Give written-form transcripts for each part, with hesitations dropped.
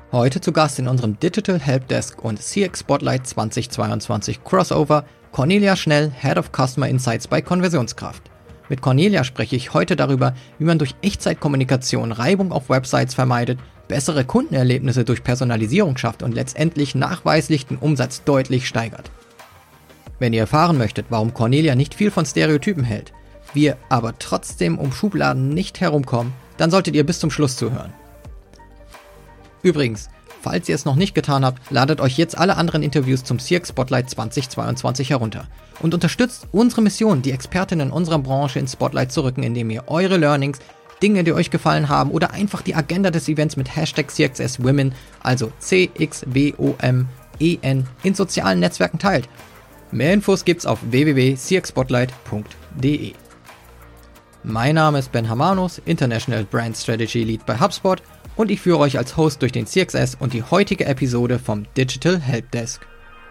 Heute zu Gast in unserem Digital Helpdesk und CX Spotlight 2022 Crossover Cornelia Schnell, Head of Customer Insights bei Konversionskraft. Mit Cornelia spreche ich heute darüber, wie man durch Echtzeitkommunikation Reibung auf Websites vermeidet, bessere Kundenerlebnisse durch Personalisierung schafft und letztendlich nachweislich den Umsatz deutlich steigert. Wenn ihr erfahren möchtet, warum Cornelia nicht viel von Stereotypen hält, wir aber trotzdem um Schubladen nicht herumkommen, dann solltet ihr bis zum Schluss zuhören. Übrigens, falls ihr es noch nicht getan habt, ladet euch jetzt alle anderen Interviews zum CX Spotlight 2022 herunter und unterstützt unsere Mission, die Expertinnen unserer Branche ins Spotlight zu rücken, indem ihr eure Learnings, Dinge, die euch gefallen haben oder einfach die Agenda des Events mit Hashtag CXSWomen, also CXWOMEN, in sozialen Netzwerken teilt. Mehr Infos gibt's auf www.cxspotlight.de. Mein Name ist Ben Hamanus, International Brand Strategy Lead bei HubSpot, und ich führe euch als Host durch den CXS und die heutige Episode vom Digital Helpdesk.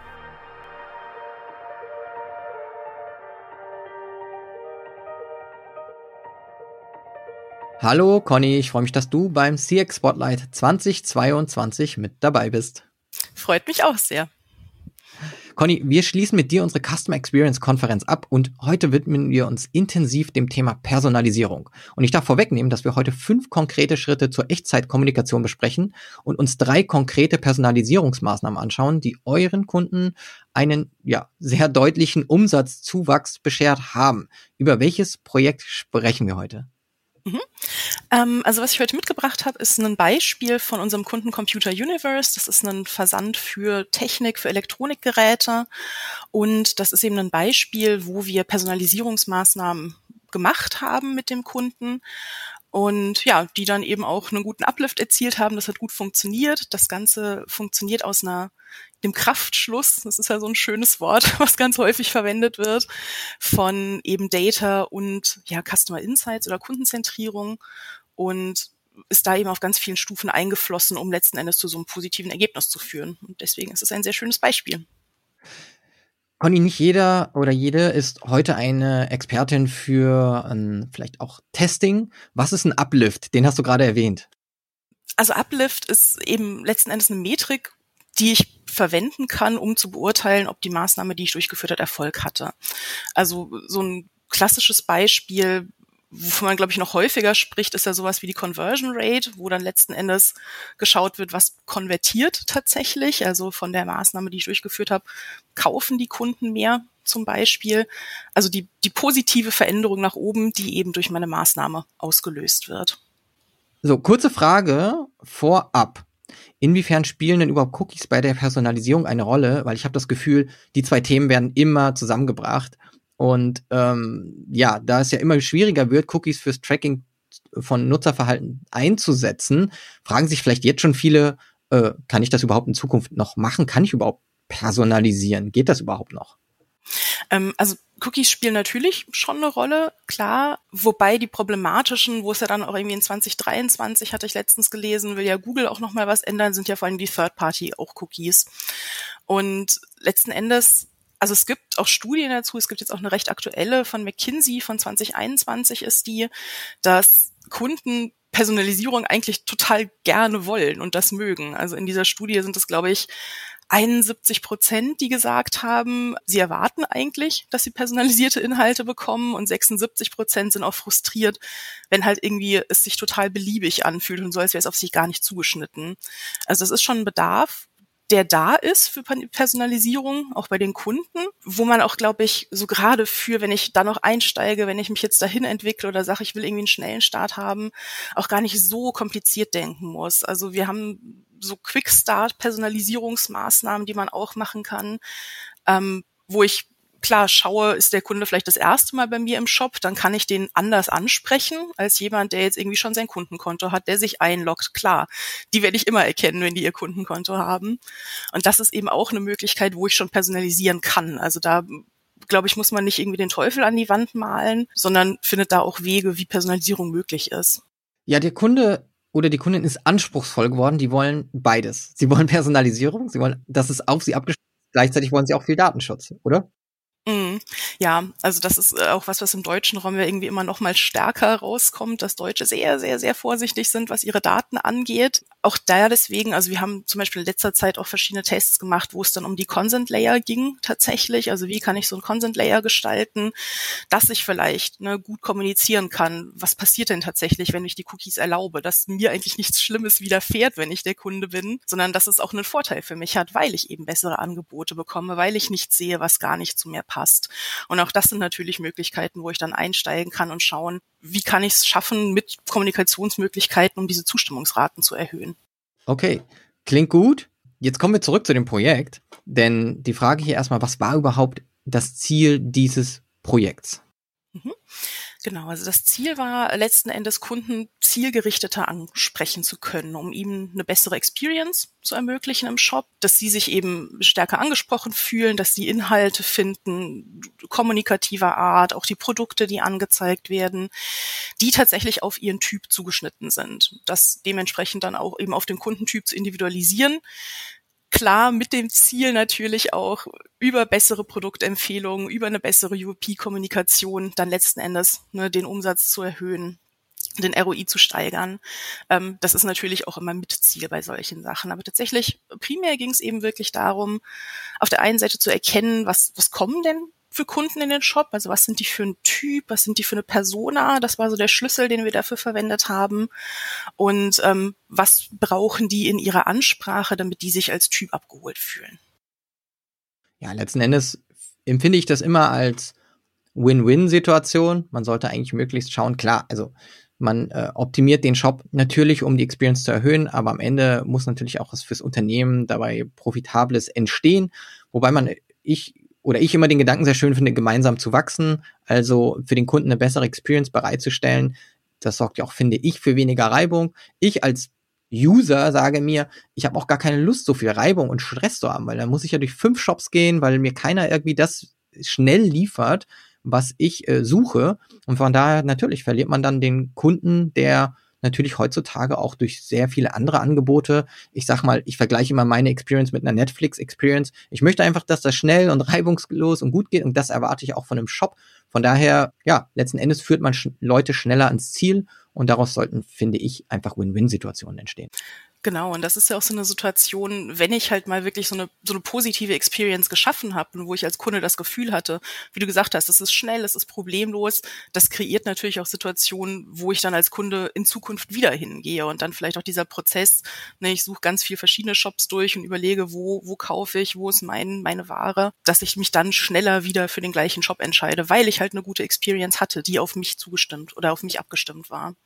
Hallo Conny, ich freue mich, dass du beim CX Spotlight 2022 mit dabei bist. Freut mich auch sehr. Conny, wir schließen mit dir unsere Customer Experience Konferenz ab und heute widmen wir uns intensiv dem Thema Personalisierung. Und ich darf vorwegnehmen, dass wir heute 5 konkrete Schritte zur Echtzeitkommunikation besprechen und uns 3 konkrete Personalisierungsmaßnahmen anschauen, die euren Kunden einen sehr deutlichen Umsatzzuwachs beschert haben. Über welches Projekt sprechen wir heute? Also was ich heute mitgebracht habe, ist ein Beispiel von unserem Kunden Computer Universe. Das ist ein Versand für Technik, für Elektronikgeräte. Und das ist eben ein Beispiel, wo wir Personalisierungsmaßnahmen gemacht haben mit dem Kunden. Und ja, die dann eben auch einen guten Uplift erzielt haben. Das hat gut funktioniert. Das Ganze funktioniert aus dem Kraftschluss, das ist ja so ein schönes Wort, was ganz häufig verwendet wird, von eben Data und Customer Insights oder Kundenzentrierung und ist da eben auf ganz vielen Stufen eingeflossen, um letzten Endes zu so einem positiven Ergebnis zu führen. Und deswegen ist es ein sehr schönes Beispiel. Conny, nicht jeder oder jede ist heute eine Expertin für vielleicht auch Testing. Was ist ein Uplift? Den hast du gerade erwähnt. Also Uplift ist eben letzten Endes eine Metrik, die ich verwenden kann, um zu beurteilen, ob die Maßnahme, die ich durchgeführt habe, Erfolg hatte. Also so ein klassisches Beispiel, wovon man, glaube ich, noch häufiger spricht, ist ja sowas wie die Conversion Rate, wo dann letzten Endes geschaut wird, was konvertiert tatsächlich. Also von der Maßnahme, die ich durchgeführt habe, kaufen die Kunden mehr zum Beispiel. Also die positive Veränderung nach oben, die eben durch meine Maßnahme ausgelöst wird. So, kurze Frage vorab. Inwiefern spielen denn überhaupt Cookies bei der Personalisierung eine Rolle? Weil ich habe das Gefühl, die 2 Themen werden immer zusammengebracht. Und da es ja immer schwieriger wird, Cookies fürs Tracking von Nutzerverhalten einzusetzen, fragen sich vielleicht jetzt schon viele, kann ich das überhaupt in Zukunft noch machen? Kann ich überhaupt personalisieren? Geht das überhaupt noch? Also Cookies spielen natürlich schon eine Rolle, klar, wobei die problematischen, wo es ja dann auch irgendwie in 2023, hatte ich letztens gelesen, will ja Google auch noch mal was ändern, sind ja vor allem die Third-Party auch Cookies. Und letzten Endes, also es gibt auch Studien dazu, es gibt jetzt auch eine recht aktuelle von McKinsey von 2021 ist die, dass Kunden Personalisierung eigentlich total gerne wollen und das mögen. Also in dieser Studie sind es, glaube ich, 71%, die gesagt haben, sie erwarten eigentlich, dass sie personalisierte Inhalte bekommen und 76% sind auch frustriert, wenn halt irgendwie es sich total beliebig anfühlt und so, als wäre es auf sich gar nicht zugeschnitten. Also das ist schon ein Bedarf, der da ist für Personalisierung, auch bei den Kunden, wo man auch, glaube ich, so gerade für, wenn ich da noch einsteige, wenn ich mich jetzt dahin entwickle oder sage, ich will irgendwie einen schnellen Start haben, auch gar nicht so kompliziert denken muss. Also wir haben so Quick-Start-Personalisierungsmaßnahmen, die man auch machen kann, wo ich klar schaue, ist der Kunde vielleicht das erste Mal bei mir im Shop, dann kann ich den anders ansprechen als jemand, der jetzt irgendwie schon sein Kundenkonto hat, der sich einloggt. Klar, die werde ich immer erkennen, wenn die ihr Kundenkonto haben. Und das ist eben auch eine Möglichkeit, wo ich schon personalisieren kann. Also da, glaube ich, muss man nicht irgendwie den Teufel an die Wand malen, sondern findet da auch Wege, wie Personalisierung möglich ist. Ja, der Kunde oder die Kundin ist anspruchsvoll geworden. Die wollen beides. Sie wollen Personalisierung, sie wollen, dass es auf sie abgestellt ist. Gleichzeitig wollen sie auch viel Datenschutz, oder? Ja, also das ist auch was im deutschen Raum ja irgendwie immer noch mal stärker rauskommt, dass Deutsche sehr, sehr, sehr vorsichtig sind, was ihre Daten angeht. auch da deswegen, also wir haben zum Beispiel in letzter Zeit auch verschiedene Tests gemacht, wo es dann um die Consent Layer ging tatsächlich. Also wie kann ich so ein Consent Layer gestalten, dass ich vielleicht gut kommunizieren kann. Was passiert denn tatsächlich, wenn ich die Cookies erlaube? Dass mir eigentlich nichts Schlimmes widerfährt, wenn ich der Kunde bin, sondern dass es auch einen Vorteil für mich hat, weil ich eben bessere Angebote bekomme, weil ich nichts sehe, was gar nicht zu mir passt. Und auch das sind natürlich Möglichkeiten, wo ich dann einsteigen kann und schauen, wie kann ich es schaffen mit Kommunikationsmöglichkeiten, um diese Zustimmungsraten zu erhöhen. Okay, klingt gut. Jetzt kommen wir zurück zu dem Projekt, denn die Frage hier erstmal, was war überhaupt das Ziel dieses Projekts? Genau, also das Ziel war letzten Endes, Kunden zielgerichteter ansprechen zu können, um ihnen eine bessere Experience zu ermöglichen im Shop, dass sie sich eben stärker angesprochen fühlen, dass sie Inhalte finden, kommunikativer Art, auch die Produkte, die angezeigt werden, die tatsächlich auf ihren Typ zugeschnitten sind. Das dementsprechend dann auch eben auf den Kundentyp zu individualisieren. Klar, mit dem Ziel natürlich auch über bessere Produktempfehlungen, über eine bessere UP-Kommunikation dann letzten Endes den Umsatz zu erhöhen, den ROI zu steigern. Das ist natürlich auch immer mit Ziel bei solchen Sachen. Aber tatsächlich, primär ging es eben wirklich darum, auf der einen Seite zu erkennen, was kommen denn für Kunden in den Shop, also was sind die für ein Typ, was sind die für eine Persona, das war so der Schlüssel, den wir dafür verwendet haben und was brauchen die in ihrer Ansprache, damit die sich als Typ abgeholt fühlen. Ja, letzten Endes empfinde ich das immer als Win-Win-Situation. Man sollte eigentlich möglichst schauen, klar, also man optimiert den Shop natürlich, um die Experience zu erhöhen, aber am Ende muss natürlich auch was fürs Unternehmen dabei Profitables entstehen, wobei ich immer den Gedanken sehr schön finde, gemeinsam zu wachsen, also für den Kunden eine bessere Experience bereitzustellen. Das sorgt ja auch, finde ich, für weniger Reibung. Ich als User sage mir, ich habe auch gar keine Lust, so viel Reibung und Stress zu haben, weil dann muss ich ja durch 5 Shops gehen, weil mir keiner irgendwie das schnell liefert, was ich suche. Und von daher natürlich verliert man dann den Kunden, der natürlich heutzutage auch durch sehr viele andere Angebote, ich sag mal, ich vergleiche immer meine Experience mit einer Netflix-Experience. Ich möchte einfach, dass das schnell und reibungslos und gut geht und das erwarte ich auch von einem Shop. Von daher, ja, letzten Endes führt man Leute schneller ans Ziel und daraus sollten, finde ich, einfach Win-Win-Situationen entstehen. Genau, und das ist ja auch so eine Situation, wenn ich halt mal wirklich so eine positive Experience geschaffen habe und wo ich als Kunde das Gefühl hatte, wie du gesagt hast, es ist schnell, es ist problemlos, das kreiert natürlich auch Situationen, wo ich dann als Kunde in Zukunft wieder hingehe und dann vielleicht auch dieser Prozess, ich suche ganz viel verschiedene Shops durch und überlege, wo kaufe ich, wo ist meine Ware, dass ich mich dann schneller wieder für den gleichen Shop entscheide, weil ich halt eine gute Experience hatte, die auf mich zugestimmt oder auf mich abgestimmt war.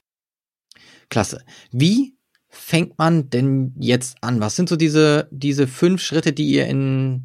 Klasse. Wie fängt man denn jetzt an? Was sind so diese 5 Schritte, die ihr in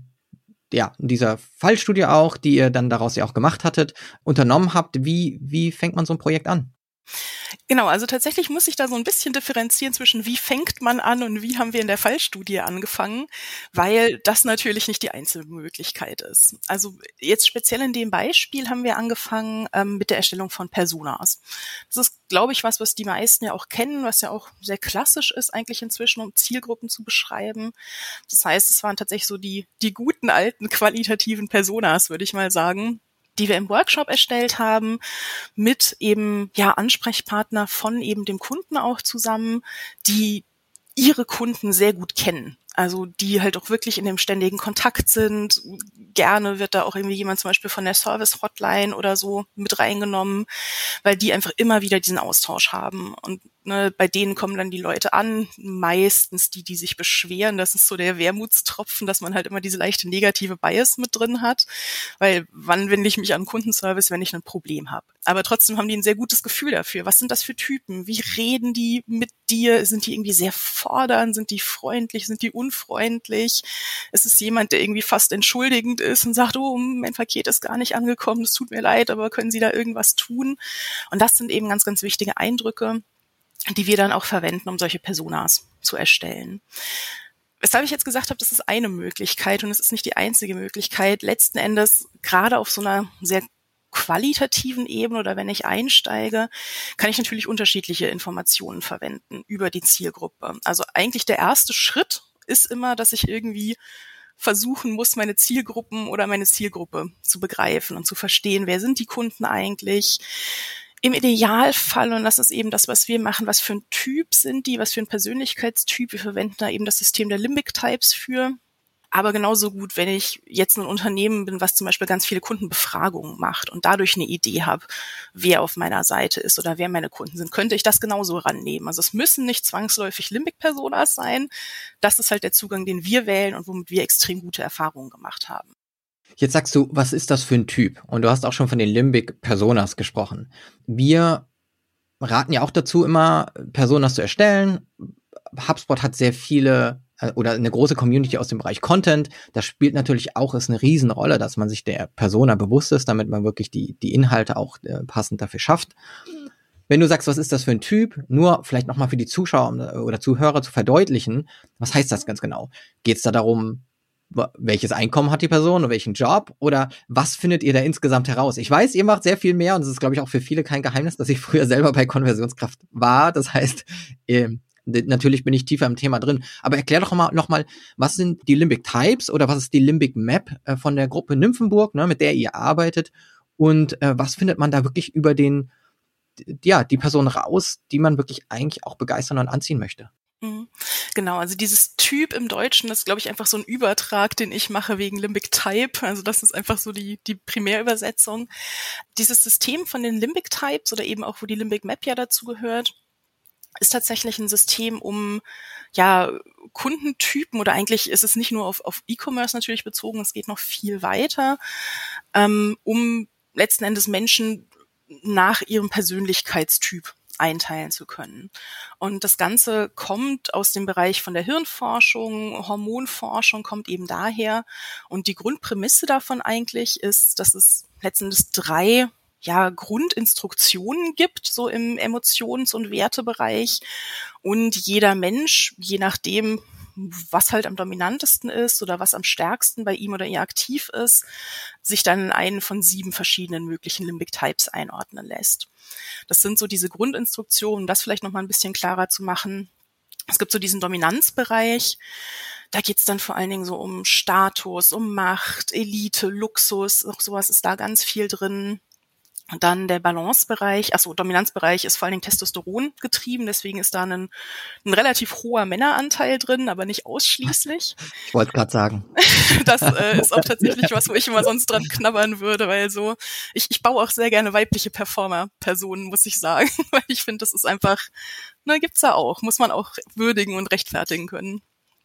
dieser Fallstudie auch, die ihr dann daraus ja auch gemacht hattet, unternommen habt? Wie fängt man so ein Projekt an? Genau, also tatsächlich muss ich da so ein bisschen differenzieren zwischen wie fängt man an und wie haben wir in der Fallstudie angefangen, weil das natürlich nicht die Einzelmöglichkeit ist. Also jetzt speziell in dem Beispiel haben wir angefangen mit der Erstellung von Personas. Das ist, glaube ich, was die meisten ja auch kennen, was ja auch sehr klassisch ist eigentlich inzwischen, um Zielgruppen zu beschreiben. Das heißt, es waren tatsächlich so die guten alten qualitativen Personas, würde ich mal sagen, die wir im Workshop erstellt haben, mit eben Ansprechpartner von eben dem Kunden auch zusammen, die ihre Kunden sehr gut kennen. Also die halt auch wirklich in dem ständigen Kontakt sind. Gerne wird da auch irgendwie jemand zum Beispiel von der Service-Hotline oder so mit reingenommen, weil die einfach immer wieder diesen Austausch haben. Und bei denen kommen dann die Leute an, meistens die sich beschweren. Das ist so der Wermutstropfen, dass man halt immer diese leichte negative Bias mit drin hat. Weil wann wende ich mich an Kundenservice, wenn ich ein Problem habe? Aber trotzdem haben die ein sehr gutes Gefühl dafür. Was sind das für Typen? Wie reden die mit dir? Sind die irgendwie sehr fordernd? Sind die freundlich? Sind die unfreundlich? Es ist jemand, der irgendwie fast entschuldigend ist und sagt, oh, mein Paket ist gar nicht angekommen, es tut mir leid, aber können Sie da irgendwas tun? Und das sind eben ganz, ganz wichtige Eindrücke, die wir dann auch verwenden, um solche Personas zu erstellen. Weshalb ich jetzt gesagt habe, das ist eine Möglichkeit und es ist nicht die einzige Möglichkeit. Letzten Endes, gerade auf so einer sehr qualitativen Ebene oder wenn ich einsteige, kann ich natürlich unterschiedliche Informationen verwenden über die Zielgruppe. Also eigentlich der erste Schritt ist immer, dass ich irgendwie versuchen muss, meine Zielgruppen oder meine Zielgruppe zu begreifen und zu verstehen, wer sind die Kunden eigentlich, Im Idealfall, und das ist eben das, was wir machen, was für ein Typ sind die, was für ein Persönlichkeitstyp, wir verwenden da eben das System der Limbic Types für. Aber genauso gut, wenn ich jetzt ein Unternehmen bin, was zum Beispiel ganz viele Kundenbefragungen macht und dadurch eine Idee habe, wer auf meiner Seite ist oder wer meine Kunden sind, könnte ich das genauso rannehmen. Also es müssen nicht zwangsläufig Limbic-Personas sein. Das ist halt der Zugang, den wir wählen und womit wir extrem gute Erfahrungen gemacht haben. Jetzt sagst du, was ist das für ein Typ? Und du hast auch schon von den Limbic-Personas gesprochen. Wir raten ja auch dazu, immer Personas zu erstellen. HubSpot hat sehr viele oder eine große Community aus dem Bereich Content. Das spielt natürlich auch eine Riesenrolle, dass man sich der Persona bewusst ist, damit man wirklich die Inhalte auch passend dafür schafft. Wenn du sagst, was ist das für ein Typ, nur vielleicht nochmal für die Zuschauer oder Zuhörer zu verdeutlichen, was heißt das ganz genau? Geht es da darum, welches Einkommen hat die Person und welchen Job? Oder was findet ihr da insgesamt heraus? Ich weiß, ihr macht sehr viel mehr und es ist, glaube ich, auch für viele kein Geheimnis, dass ich früher selber bei Konversionskraft war. Das heißt, natürlich bin ich tiefer im Thema drin. Aber erklär doch noch mal, was sind die Limbic Types oder was ist die Limbic Map von der Gruppe Nymphenburg, ne, mit der ihr arbeitet? Und was findet man da wirklich über die Person raus, die man wirklich eigentlich auch begeistern und anziehen möchte? Genau, also dieses Typ im Deutschen, das ist, glaube ich, einfach so ein Übertrag, den ich mache wegen Limbic Type. Also das ist einfach so die Primärübersetzung. Dieses System von den Limbic Types oder eben auch, wo die Limbic Map ja dazu gehört, ist tatsächlich ein System, um Kundentypen, oder eigentlich ist es nicht nur auf E-Commerce natürlich bezogen, es geht noch viel weiter, um letzten Endes Menschen nach ihrem Persönlichkeitstyp einteilen zu können. Und das Ganze kommt aus dem Bereich von der Hirnforschung, Hormonforschung kommt eben daher. Und die Grundprämisse davon eigentlich ist, dass es letztendlich 3 Grundinstruktionen gibt, so im Emotions- und Wertebereich. Und jeder Mensch, je nachdem, was halt am dominantesten ist oder was am stärksten bei ihm oder ihr aktiv ist, sich dann in einen von 7 verschiedenen möglichen Limbic Types einordnen lässt. Das sind so diese Grundinstruktionen, um das vielleicht nochmal ein bisschen klarer zu machen. Es gibt so diesen Dominanzbereich. Da geht's dann vor allen Dingen so um Status, um Macht, Elite, Luxus, auch sowas ist da ganz viel drin. Und dann der Balancebereich, Dominanzbereich ist vor allen Dingen Testosteron getrieben, deswegen ist da ein relativ hoher Männeranteil drin, aber nicht ausschließlich. Ich wollte gerade sagen. Das ist auch tatsächlich was, wo ich immer sonst dran knabbern würde, weil so, ich baue auch sehr gerne weibliche Performer-Personen, muss ich sagen, weil ich finde, das ist einfach, gibt's da auch, muss man auch würdigen und rechtfertigen können.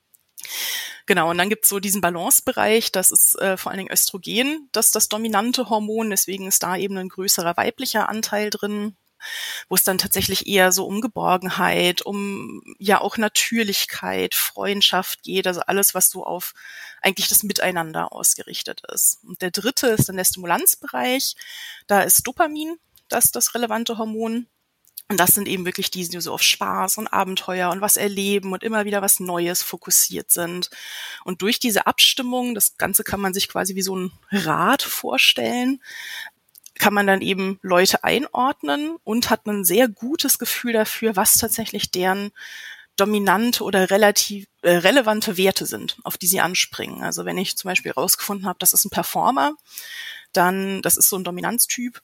Genau, und dann gibt's so diesen Balancebereich, das ist vor allen Dingen Östrogen, das dominante Hormon, deswegen ist da eben ein größerer weiblicher Anteil drin, wo es dann tatsächlich eher so um Geborgenheit, um auch Natürlichkeit, Freundschaft geht, also alles, was so auf eigentlich das Miteinander ausgerichtet ist. Und der dritte ist dann der Stimulanzbereich, da ist Dopamin, das relevante Hormon. Und das sind eben wirklich die so auf Spaß und Abenteuer und was erleben und immer wieder was Neues fokussiert sind. Und durch diese Abstimmung, das Ganze kann man sich quasi wie so ein Rad vorstellen, kann man dann eben Leute einordnen und hat ein sehr gutes Gefühl dafür, was tatsächlich deren dominante oder relativ relevante Werte sind, auf die sie anspringen. Also wenn ich zum Beispiel herausgefunden habe, das ist ein Performer, dann, das ist so ein Dominanztyp,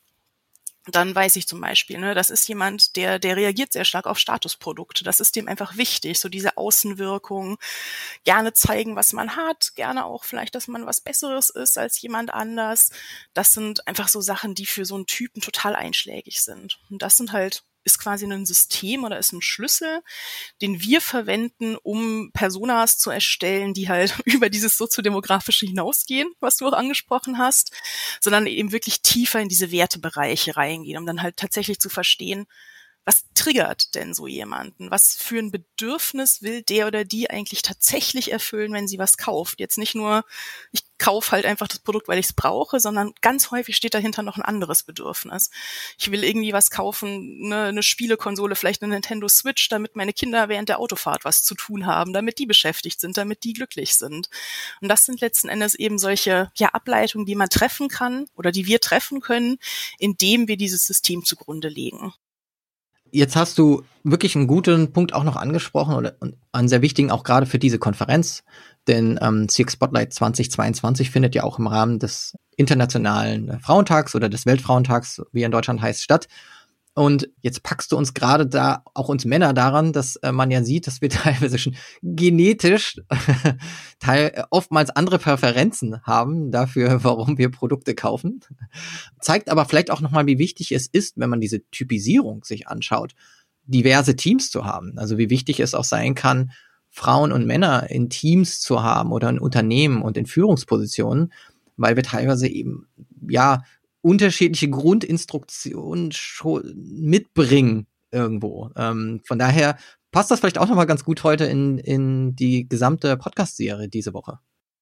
dann weiß ich zum Beispiel, das ist jemand, der reagiert sehr stark auf Statusprodukte. Das ist dem einfach wichtig, so diese Außenwirkung, gerne zeigen, was man hat, gerne auch vielleicht, dass man was Besseres ist als jemand anders. Das sind einfach so Sachen, die für so einen Typen total einschlägig sind. Und das ist quasi ein System oder ist ein Schlüssel, den wir verwenden, um Personas zu erstellen, die halt über dieses soziodemografische hinausgehen, was du auch angesprochen hast, sondern eben wirklich tiefer in diese Wertebereiche reingehen, um dann halt tatsächlich zu verstehen, was triggert denn so jemanden? Was für ein Bedürfnis will der oder die eigentlich tatsächlich erfüllen, wenn sie was kauft? Jetzt nicht nur, ich kaufe halt einfach das Produkt, weil ich es brauche, sondern ganz häufig steht dahinter noch ein anderes Bedürfnis. Ich will irgendwie was kaufen, eine Spielekonsole, vielleicht eine Nintendo Switch, damit meine Kinder während der Autofahrt was zu tun haben, damit die beschäftigt sind, damit die glücklich sind. Und das sind letzten Endes eben solche Ableitungen, die man treffen kann oder die wir treffen können, indem wir dieses System zugrunde legen. Jetzt hast du wirklich einen guten Punkt auch noch angesprochen und einen sehr wichtigen auch gerade für diese Konferenz, denn CX Spotlight 2022 findet ja auch im Rahmen des Internationalen Frauentags oder des Weltfrauentags, wie er in Deutschland heißt, statt. Und jetzt packst du uns gerade da, auch uns Männer daran, dass man ja sieht, dass wir teilweise schon genetisch oftmals andere Präferenzen haben dafür, warum wir Produkte kaufen. Zeigt aber vielleicht auch nochmal, wie wichtig es ist, wenn man diese Typisierung sich anschaut, diverse Teams zu haben. Also wie wichtig es auch sein kann, Frauen und Männer in Teams zu haben oder in Unternehmen und in Führungspositionen, weil wir teilweise eben, ja, unterschiedliche Grundinstruktionen schon mitbringen irgendwo. Von daher passt das vielleicht auch nochmal ganz gut heute in die gesamte Podcast-Serie diese Woche.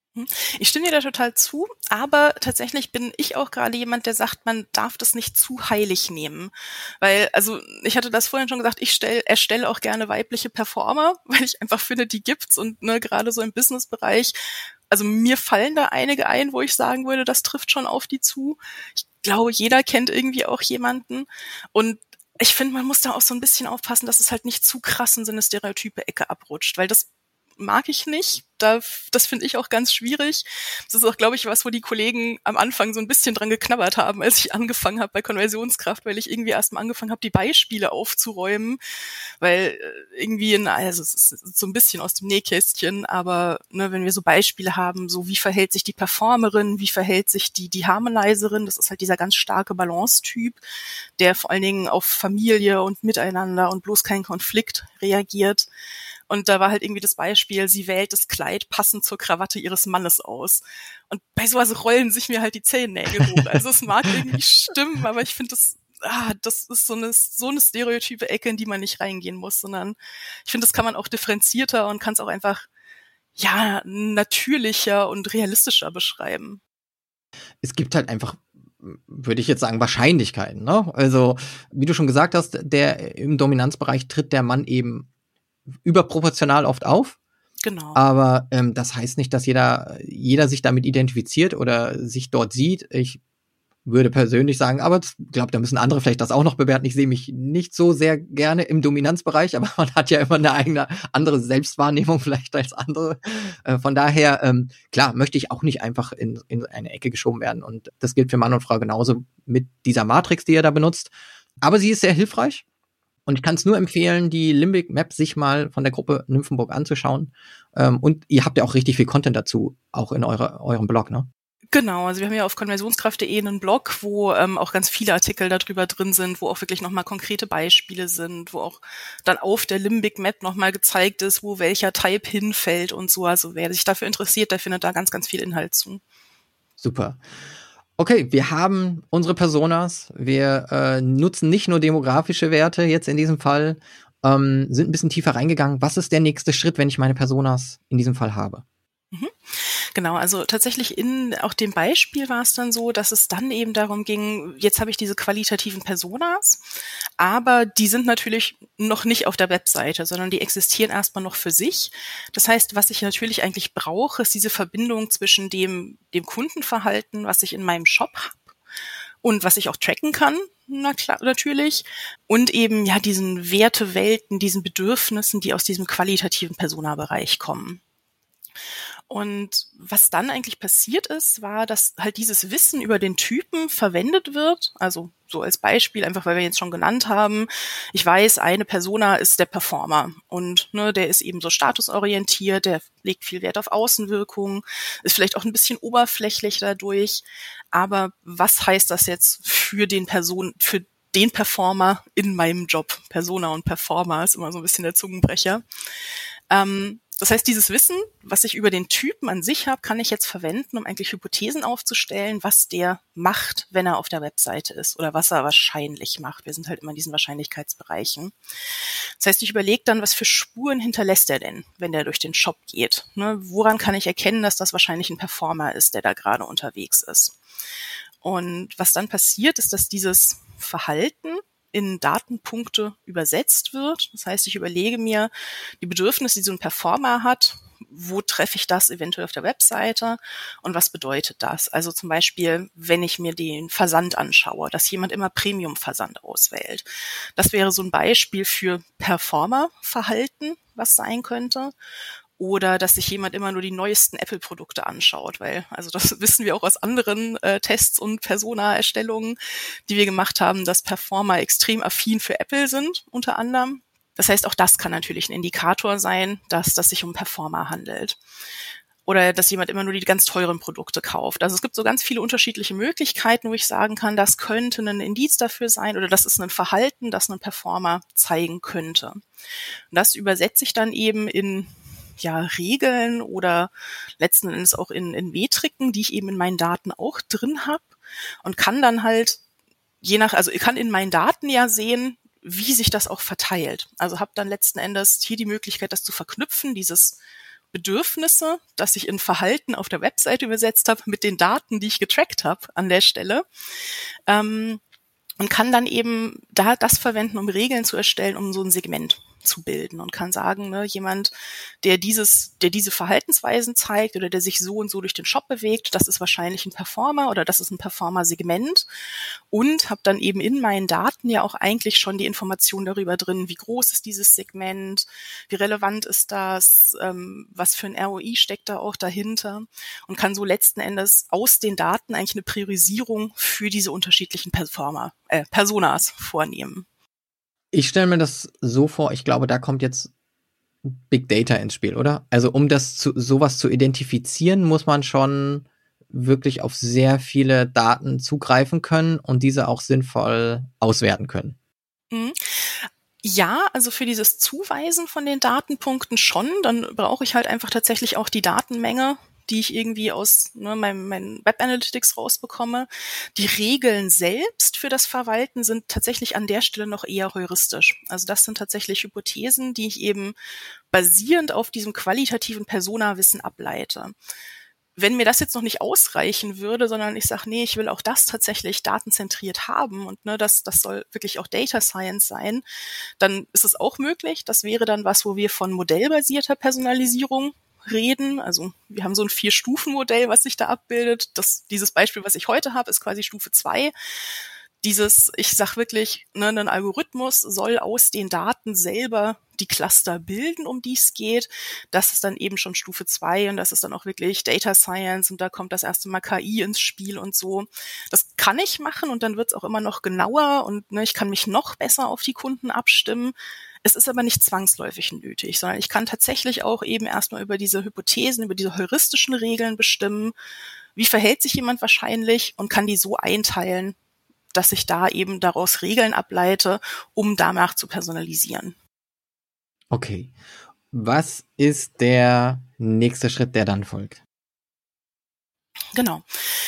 Ich stimme dir da total zu, aber tatsächlich bin ich auch gerade jemand, der sagt, man darf das nicht zu heilig nehmen. Weil, also ich hatte das vorhin schon gesagt, erstelle auch gerne weibliche Performer, weil ich einfach finde, die gibt's und ne, gerade so im Business-Bereich, also mir fallen da einige ein, wo ich sagen würde, das trifft schon auf die zu. Ich glaube, jeder kennt irgendwie auch jemanden und ich finde, man muss da auch so ein bisschen aufpassen, dass es halt nicht zu krass in so eine stereotype Ecke abrutscht, weil das mag ich nicht. Das finde ich auch ganz schwierig. Das ist auch, glaube ich, was, wo die Kollegen am Anfang so ein bisschen dran geknabbert haben, als ich angefangen habe bei Konversionskraft, weil ich irgendwie erst mal angefangen habe, die Beispiele aufzuräumen, weil irgendwie, also es ist so ein bisschen aus dem Nähkästchen, aber ne, wenn wir so Beispiele haben, so wie verhält sich die Performerin, wie verhält sich die Harmonizerin, das ist halt dieser ganz starke Balance-Typ, der vor allen Dingen auf Familie und Miteinander und bloß keinen Konflikt reagiert. Und da war halt irgendwie das Beispiel, sie wählt das Kleid passend zur Krawatte ihres Mannes aus. Und bei sowas rollen sich mir halt die Zehennägel hoch. Also es mag irgendwie stimmen, aber ich finde das ist so eine stereotype Ecke, in die man nicht reingehen muss, sondern ich finde, das kann man auch differenzierter und kann es auch einfach, ja, natürlicher und realistischer beschreiben. Es gibt halt einfach, würde ich jetzt sagen, Wahrscheinlichkeiten, ne? Also, wie du schon gesagt hast, im Dominanzbereich tritt der Mann eben überproportional oft auf. Genau. Aber das heißt nicht, dass jeder sich damit identifiziert oder sich dort sieht. Ich würde persönlich sagen, aber ich glaube, da müssen andere vielleicht das auch noch bewerten. Ich sehe mich nicht so sehr gerne im Dominanzbereich, aber man hat ja immer eine eigene andere Selbstwahrnehmung vielleicht als andere. Von daher, klar, möchte ich auch nicht einfach in eine Ecke geschoben werden. Und das gilt für Mann und Frau genauso mit dieser Matrix, die ihr da benutzt. Aber sie ist sehr hilfreich. Und ich kann es nur empfehlen, die Limbic Map sich mal von der Gruppe Nymphenburg anzuschauen. Und ihr habt ja auch richtig viel Content dazu, auch in eurem Blog, ne? Genau, also wir haben ja auf konversionskraft.de einen Blog, wo auch ganz viele Artikel darüber drin sind, wo auch wirklich nochmal konkrete Beispiele sind, wo auch dann auf der Limbic Map nochmal gezeigt ist, wo welcher Type hinfällt und so. Also wer sich dafür interessiert, der findet da ganz, ganz viel Inhalt zu. Super. Okay, wir haben unsere Personas, wir nutzen nicht nur demografische Werte jetzt in diesem Fall, sind ein bisschen tiefer reingegangen. Was ist der nächste Schritt, wenn ich meine Personas in diesem Fall habe? Genau, also tatsächlich in auch dem Beispiel war es dann so, dass es dann eben darum ging, jetzt habe ich diese qualitativen Personas, aber die sind natürlich noch nicht auf der Webseite, sondern die existieren erstmal noch für sich. Das heißt, was ich natürlich eigentlich brauche, ist diese Verbindung zwischen dem Kundenverhalten, was ich in meinem Shop habe und was ich auch tracken kann, na klar, natürlich, und eben ja diesen Wertewelten, diesen Bedürfnissen, die aus diesem qualitativen Persona-Bereich kommen. Und was dann eigentlich passiert ist, war, dass halt dieses Wissen über den Typen verwendet wird. Also so als Beispiel, einfach weil wir jetzt schon genannt haben. Ich weiß, eine Persona ist der Performer und ne, der ist eben so statusorientiert, der legt viel Wert auf Außenwirkung, ist vielleicht auch ein bisschen oberflächlich dadurch. Aber was heißt das jetzt für den Performer in meinem Job? Persona und Performer ist immer so ein bisschen der Zungenbrecher. Das heißt, dieses Wissen, was ich über den Typen an sich habe, kann ich jetzt verwenden, um eigentlich Hypothesen aufzustellen, was der macht, wenn er auf der Webseite ist oder was er wahrscheinlich macht. Wir sind halt immer in diesen Wahrscheinlichkeitsbereichen. Das heißt, ich überlege dann, was für Spuren hinterlässt er denn, wenn der durch den Shop geht? Ne? Woran kann ich erkennen, dass das wahrscheinlich ein Performer ist, der da gerade unterwegs ist? Und was dann passiert, ist, dass dieses Verhalten in Datenpunkte übersetzt wird. Das heißt, ich überlege mir die Bedürfnisse, die so ein Performer hat, wo treffe ich das eventuell auf der Webseite und was bedeutet das? Also zum Beispiel, wenn ich mir den Versand anschaue, dass jemand immer Premium-Versand auswählt. Das wäre so ein Beispiel für Performer-Verhalten, was sein könnte. Oder dass sich jemand immer nur die neuesten Apple-Produkte anschaut, weil, also das wissen wir auch aus anderen Tests und Persona-Erstellungen, die wir gemacht haben, dass Performer extrem affin für Apple sind, unter anderem. Das heißt, auch das kann natürlich ein Indikator sein, dass das sich um Performer handelt. Oder dass jemand immer nur die ganz teuren Produkte kauft. Also es gibt so ganz viele unterschiedliche Möglichkeiten, wo ich sagen kann, das könnte ein Indiz dafür sein oder das ist ein Verhalten, das ein Performer zeigen könnte. Und das übersetze ich dann eben in Regeln oder letzten Endes auch in Metriken, die ich eben in meinen Daten auch drin habe und kann dann halt ich kann in meinen Daten ja sehen, wie sich das auch verteilt. Also habe dann letzten Endes hier die Möglichkeit, das zu verknüpfen, dieses Bedürfnisse, das ich in Verhalten auf der Webseite übersetzt habe, mit den Daten, die ich getrackt habe an der Stelle. Und kann dann eben da das verwenden, um Regeln zu erstellen, um so ein Segment zu bilden und kann sagen, ne, jemand, der diese Verhaltensweisen zeigt oder der sich so und so durch den Shop bewegt, das ist wahrscheinlich ein Performer oder das ist ein Performer-Segment und habe dann eben in meinen Daten ja auch eigentlich schon die Information darüber drin, wie groß ist dieses Segment, wie relevant ist das, was für ein ROI steckt da auch dahinter und kann so letzten Endes aus den Daten eigentlich eine Priorisierung für diese unterschiedlichen Personas vornehmen. Ich stelle mir das so vor, ich glaube, da kommt jetzt Big Data ins Spiel, oder? Also um sowas zu identifizieren, muss man schon wirklich auf sehr viele Daten zugreifen können und diese auch sinnvoll auswerten können. Mhm. Ja, also für dieses Zuweisen von den Datenpunkten schon. Dann brauche ich halt einfach tatsächlich auch die Datenmenge, die ich irgendwie aus meinen Web Analytics rausbekomme. Die Regeln selbst für das Verwalten sind tatsächlich an der Stelle noch eher heuristisch. Also das sind tatsächlich Hypothesen, die ich eben basierend auf diesem qualitativen Persona-Wissen ableite. Wenn mir das jetzt noch nicht ausreichen würde, sondern ich sage, nee, ich will auch das tatsächlich datenzentriert haben und das soll wirklich auch Data Science sein, dann ist es auch möglich. Das wäre dann was, wo wir von modellbasierter Personalisierung reden. Also wir haben so ein 4-Stufen-Modell, was sich da abbildet. Dieses Beispiel, was ich heute habe, ist quasi Stufe 2. Ich sag wirklich, ein Algorithmus soll aus den Daten selber die Cluster bilden, um die es geht. Das ist dann eben schon Stufe 2 und das ist dann auch wirklich Data Science und da kommt das erste Mal KI ins Spiel und so. Das kann ich machen und dann wird's auch immer noch genauer und ich kann mich noch besser auf die Kunden abstimmen. Es ist aber nicht zwangsläufig nötig, sondern ich kann tatsächlich auch eben erstmal über diese Hypothesen, über diese heuristischen Regeln bestimmen, wie verhält sich jemand wahrscheinlich und kann die so einteilen, dass ich da eben daraus Regeln ableite, um danach zu personalisieren. Okay. Was ist der nächste Schritt, der dann folgt? Genau.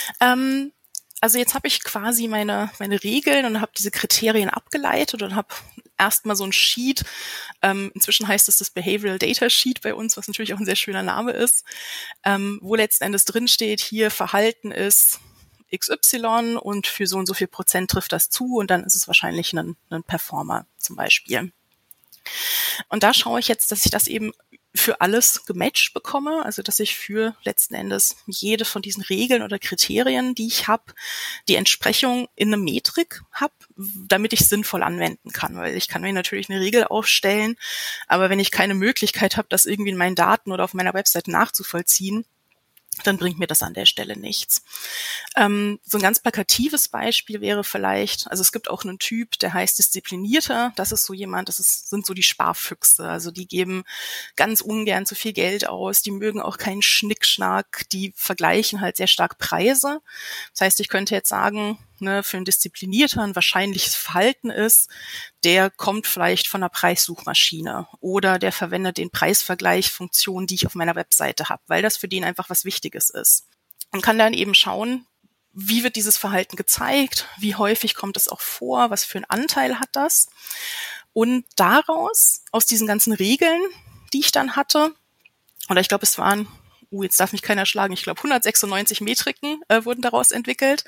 Also jetzt habe ich quasi meine Regeln und habe diese Kriterien abgeleitet und habe erstmal so ein Sheet. Inzwischen heißt es das Behavioral Data Sheet bei uns, was natürlich auch ein sehr schöner Name ist, wo letzten Endes drin steht, hier Verhalten ist XY und für so und so viel Prozent trifft das zu und dann ist es wahrscheinlich ein Performer zum Beispiel. Und da schaue ich jetzt, dass ich das eben für alles gematcht bekomme, also dass ich für letzten Endes jede von diesen Regeln oder Kriterien, die ich habe, die Entsprechung in eine Metrik habe, damit ich sinnvoll anwenden kann, weil ich kann mir natürlich eine Regel aufstellen, aber wenn ich keine Möglichkeit habe, das irgendwie in meinen Daten oder auf meiner Webseite nachzuvollziehen, dann bringt mir das an der Stelle nichts. So ein ganz plakatives Beispiel wäre vielleicht, also es gibt auch einen Typ, der heißt Disziplinierter. Das ist so jemand, sind so die Sparfüchse. Also die geben ganz ungern zu viel Geld aus, die mögen auch keinen Schnickschnack, die vergleichen halt sehr stark Preise. Das heißt, ich könnte jetzt sagen, für einen Disziplinierter ein wahrscheinliches Verhalten ist, der kommt vielleicht von einer Preissuchmaschine oder der verwendet den Preisvergleichsfunktionen, die ich auf meiner Webseite habe, weil das für den einfach was Wichtiges ist. Und kann dann eben schauen, wie wird dieses Verhalten gezeigt, wie häufig kommt es auch vor, was für einen Anteil hat das. Und daraus, aus diesen ganzen Regeln, die ich dann hatte, oder ich glaube, es waren, jetzt darf mich keiner schlagen, ich glaube 196 Metriken wurden daraus entwickelt.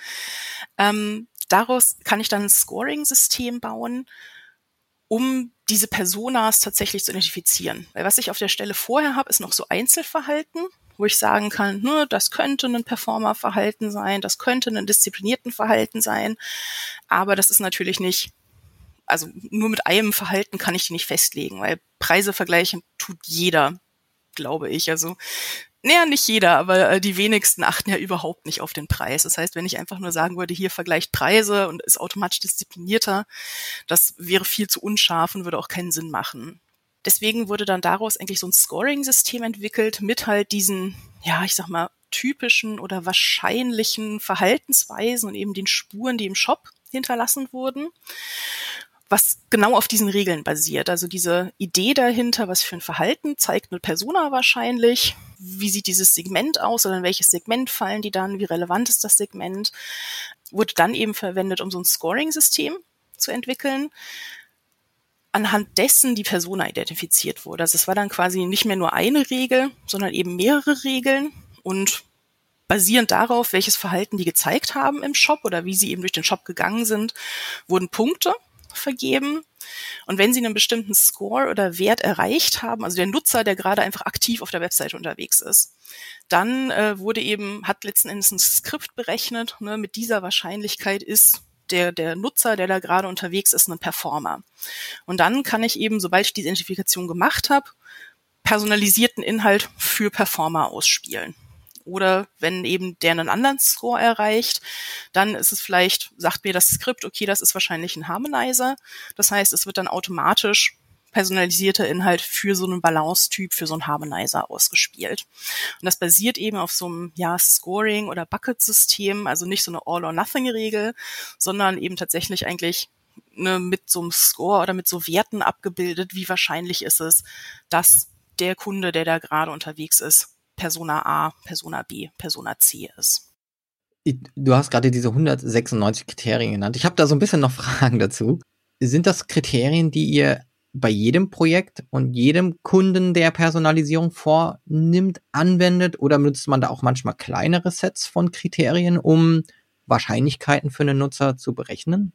Daraus kann ich dann ein Scoring-System bauen, um diese Personas tatsächlich zu identifizieren. Weil was ich auf der Stelle vorher habe, ist noch so Einzelverhalten, wo ich sagen kann, das könnte ein Performer-Verhalten sein, das könnte ein disziplinierten Verhalten sein, aber das ist natürlich nicht, also nur mit einem Verhalten kann ich die nicht festlegen, weil Preise vergleichen tut jeder. glaube ich. Also, naja, nicht jeder, aber die wenigsten achten ja überhaupt nicht auf den Preis. Das heißt, wenn ich einfach nur sagen würde, hier vergleicht Preise und ist automatisch disziplinierter, das wäre viel zu unscharf und würde auch keinen Sinn machen. Deswegen wurde dann daraus eigentlich so ein Scoring-System entwickelt mit halt diesen, ja, ich sag mal, typischen oder wahrscheinlichen Verhaltensweisen und eben den Spuren, die im Shop hinterlassen wurden, was genau auf diesen Regeln basiert. Also diese Idee dahinter, was für ein Verhalten zeigt eine Persona wahrscheinlich, wie sieht dieses Segment aus oder in welches Segment fallen die dann, wie relevant ist das Segment, wurde dann eben verwendet, um so ein Scoring-System zu entwickeln, anhand dessen die Persona identifiziert wurde. Also es war dann quasi nicht mehr nur eine Regel, sondern eben mehrere Regeln und basierend darauf, welches Verhalten die gezeigt haben im Shop oder wie sie eben durch den Shop gegangen sind, wurden Punkte vergeben. Und wenn sie einen bestimmten Score oder Wert erreicht haben, also der Nutzer, der gerade einfach aktiv auf der Webseite unterwegs ist, dann hat letzten Endes ein Skript berechnet, ne, mit dieser Wahrscheinlichkeit ist der Nutzer, der da gerade unterwegs ist, ein Performer. Und dann kann ich eben, sobald ich die Identifikation gemacht habe, personalisierten Inhalt für Performer ausspielen. Oder wenn eben der einen anderen Score erreicht, dann ist es vielleicht, sagt mir das Skript, okay, das ist wahrscheinlich ein Harmonizer. Das heißt, es wird dann automatisch personalisierter Inhalt für so einen Balance-Typ, für so einen Harmonizer ausgespielt. Und das basiert eben auf so einem Scoring- oder Bucket-System, also nicht so eine All-or-Nothing-Regel, sondern eben tatsächlich eigentlich mit so einem Score oder mit so Werten abgebildet, wie wahrscheinlich ist es, dass der Kunde, der da gerade unterwegs ist, Persona A, Persona B, Persona C ist. Du hast gerade diese 196 Kriterien genannt. Ich habe da so ein bisschen noch Fragen dazu. Sind das Kriterien, die ihr bei jedem Projekt und jedem Kunden, der Personalisierung vornimmt, anwendet? Oder benutzt man da auch manchmal kleinere Sets von Kriterien, um Wahrscheinlichkeiten für einen Nutzer zu berechnen?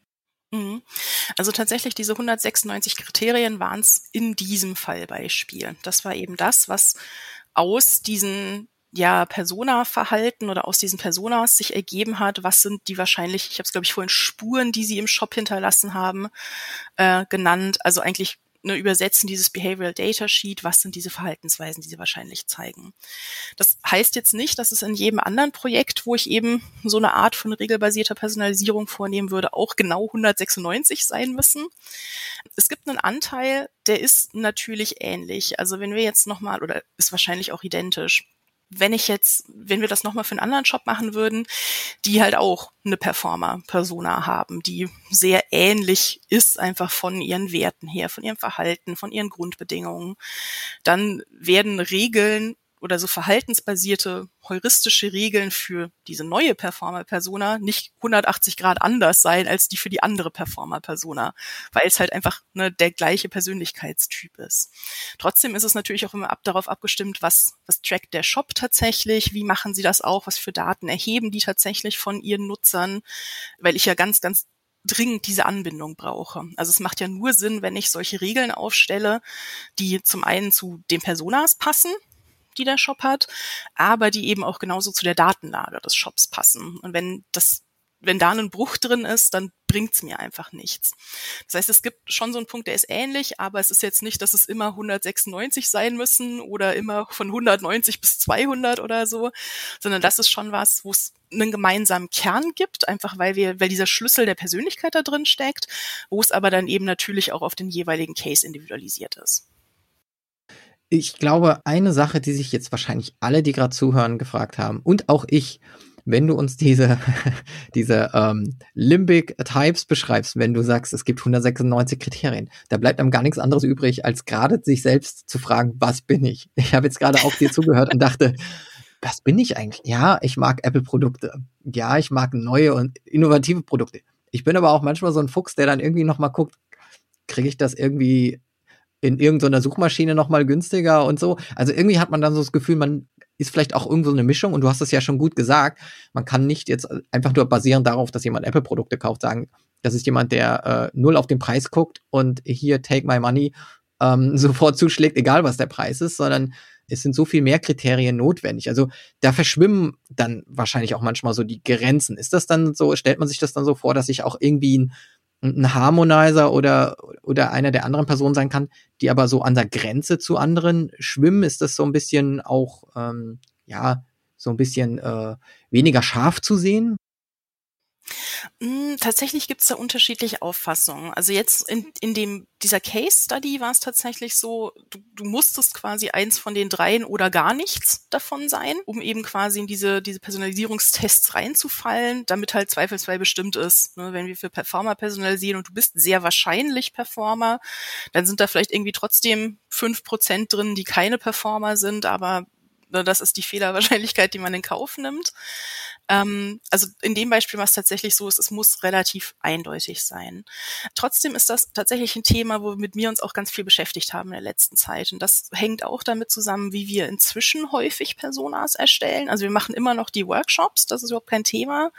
Also tatsächlich diese 196 Kriterien waren es in diesem Fallbeispiel. Das war eben das, was aus diesen Persona-Verhalten oder aus diesen Personas sich ergeben hat, was sind die wahrscheinlich, ich habe es glaube ich vorhin Spuren, die sie im Shop hinterlassen haben, genannt. Also eigentlich übersetzen dieses Behavioral Data Sheet, was sind diese Verhaltensweisen, die sie wahrscheinlich zeigen. Das heißt jetzt nicht, dass es in jedem anderen Projekt, wo ich eben so eine Art von regelbasierter Personalisierung vornehmen würde, auch genau 196 sein müssen. Es gibt einen Anteil, der ist natürlich ähnlich. Also wenn wir jetzt nochmal, oder ist wahrscheinlich auch identisch, wenn wir das nochmal für einen anderen Shop machen würden, die halt auch eine Performer-Persona haben, die sehr ähnlich ist einfach von ihren Werten her, von ihrem Verhalten, von ihren Grundbedingungen, dann werden Regeln oder so verhaltensbasierte, heuristische Regeln für diese neue Performer-Persona nicht 180 Grad anders sein als die für die andere Performer-Persona, weil es halt einfach der gleiche Persönlichkeitstyp ist. Trotzdem ist es natürlich auch immer darauf abgestimmt, was trackt der Shop tatsächlich, wie machen sie das auch, was für Daten erheben die tatsächlich von ihren Nutzern, weil ich ja ganz, ganz dringend diese Anbindung brauche. Also es macht ja nur Sinn, wenn ich solche Regeln aufstelle, die zum einen zu den Personas passen, die der Shop hat, aber die eben auch genauso zu der Datenlage des Shops passen. Und wenn da ein Bruch drin ist, dann bringt's mir einfach nichts. Das heißt, es gibt schon so einen Punkt, der ist ähnlich, aber es ist jetzt nicht, dass es immer 196 sein müssen oder immer von 190 bis 200 oder so, sondern das ist schon was, wo es einen gemeinsamen Kern gibt, einfach weil dieser Schlüssel der Persönlichkeit da drin steckt, wo es aber dann eben natürlich auch auf den jeweiligen Case individualisiert ist. Ich glaube, eine Sache, die sich jetzt wahrscheinlich alle, die gerade zuhören, gefragt haben, und auch ich, wenn du uns diese Limbic Types beschreibst, wenn du sagst, es gibt 196 Kriterien, da bleibt einem gar nichts anderes übrig, als gerade sich selbst zu fragen, was bin ich? Ich habe jetzt gerade auch dir zugehört und dachte, was bin ich eigentlich? Ja, ich mag Apple-Produkte. Ja, ich mag neue und innovative Produkte. Ich bin aber auch manchmal so ein Fuchs, der dann irgendwie nochmal guckt, kriege ich das irgendwie in irgendeiner Suchmaschine nochmal günstiger und so. Also irgendwie hat man dann so das Gefühl, man ist vielleicht auch irgendwo eine Mischung, und du hast es ja schon gut gesagt, man kann nicht jetzt einfach nur basierend darauf, dass jemand Apple-Produkte kauft, sagen, das ist jemand, der null auf den Preis guckt und hier, take my money, sofort zuschlägt, egal was der Preis ist, sondern es sind so viel mehr Kriterien notwendig. Also da verschwimmen dann wahrscheinlich auch manchmal so die Grenzen. Ist das dann so, stellt man sich das dann so vor, dass ich auch irgendwie ein Harmonizer oder einer der anderen Personen sein kann, die aber so an der Grenze zu anderen schwimmen? Ist das so ein bisschen auch, so ein bisschen weniger scharf zu sehen? Tatsächlich gibt's da unterschiedliche Auffassungen. Also jetzt in dieser Case Study war es tatsächlich so, du musstest quasi eins von den dreien oder gar nichts davon sein, um eben quasi in diese Personalisierungstests reinzufallen, damit halt zweifelsfrei bestimmt ist, ne, wenn wir für Performer personalisieren und du bist sehr wahrscheinlich Performer, dann sind da vielleicht irgendwie trotzdem 5% drin, die keine Performer sind, aber ne, das ist die Fehlerwahrscheinlichkeit, die man in Kauf nimmt. Also in dem Beispiel war es tatsächlich so, es muss relativ eindeutig sein. Trotzdem ist das tatsächlich ein Thema, womit wir uns auch ganz viel beschäftigt haben in der letzten Zeit. Und das hängt auch damit zusammen, wie wir inzwischen häufig Personas erstellen. Also wir machen immer noch die Workshops, das ist überhaupt kein Thema.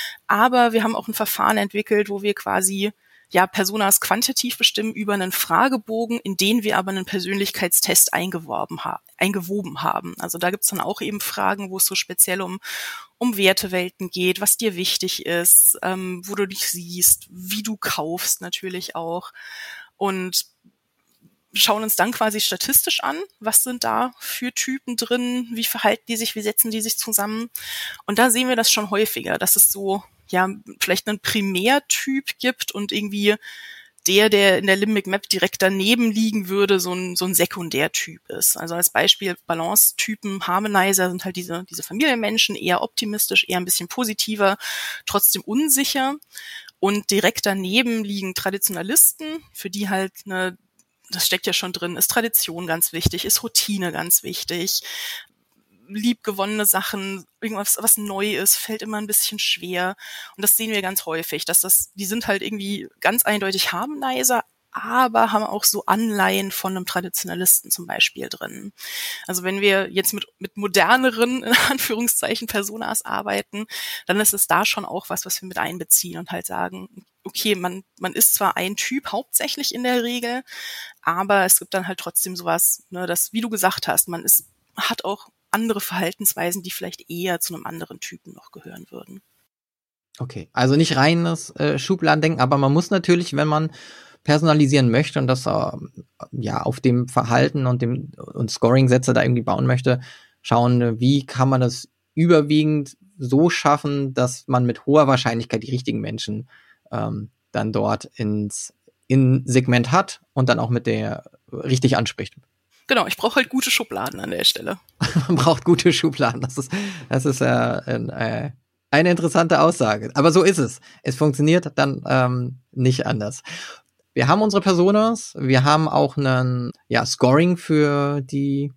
Aber wir haben auch ein Verfahren entwickelt, wo wir quasi Personas quantitativ bestimmen über einen Fragebogen, in den wir aber einen Persönlichkeitstest eingewoben haben. Also da gibt's dann auch eben Fragen, wo es so speziell um Wertewelten geht, was dir wichtig ist, wo du dich siehst, wie du kaufst natürlich auch. Und schauen uns dann quasi statistisch an, was sind da für Typen drin, wie verhalten die sich, wie setzen die sich zusammen. Und da sehen wir das schon häufiger, dass es so vielleicht einen Primärtyp gibt und irgendwie der in der Limbic Map direkt daneben liegen würde, so ein Sekundärtyp ist. Also als Beispiel Balance-Typen, Harmonizer sind halt diese Familienmenschen, eher optimistisch, eher ein bisschen positiver, trotzdem unsicher. Und direkt daneben liegen Traditionalisten, für die halt das steckt ja schon drin, ist Tradition ganz wichtig, ist Routine ganz wichtig, liebgewonnene Sachen, irgendwas, was neu ist, fällt immer ein bisschen schwer. Und das sehen wir ganz häufig, die sind halt irgendwie ganz eindeutig Harmonizer, aber haben auch so Anleihen von einem Traditionalisten zum Beispiel drin. Also wenn wir jetzt mit moderneren, in Anführungszeichen, Personas arbeiten, dann ist es da schon auch was wir mit einbeziehen und halt sagen, okay, man ist zwar ein Typ hauptsächlich in der Regel, aber es gibt dann halt trotzdem sowas, das, wie du gesagt hast, hat auch andere Verhaltensweisen, die vielleicht eher zu einem anderen Typen noch gehören würden. Okay, also nicht reines Schubladendenken, aber man muss natürlich, wenn man personalisieren möchte und das auf dem Verhalten und Scoring-Sätze da irgendwie bauen möchte, schauen, wie kann man das überwiegend so schaffen, dass man mit hoher Wahrscheinlichkeit die richtigen Menschen dann dort in Segment hat und dann auch mit der richtig anspricht. Genau, ich brauche halt gute Schubladen an der Stelle. Man braucht gute Schubladen. Das ist eine interessante Aussage. Aber so ist es. Es funktioniert dann nicht anders. Wir haben unsere Personas. Wir haben auch einen Scoring für die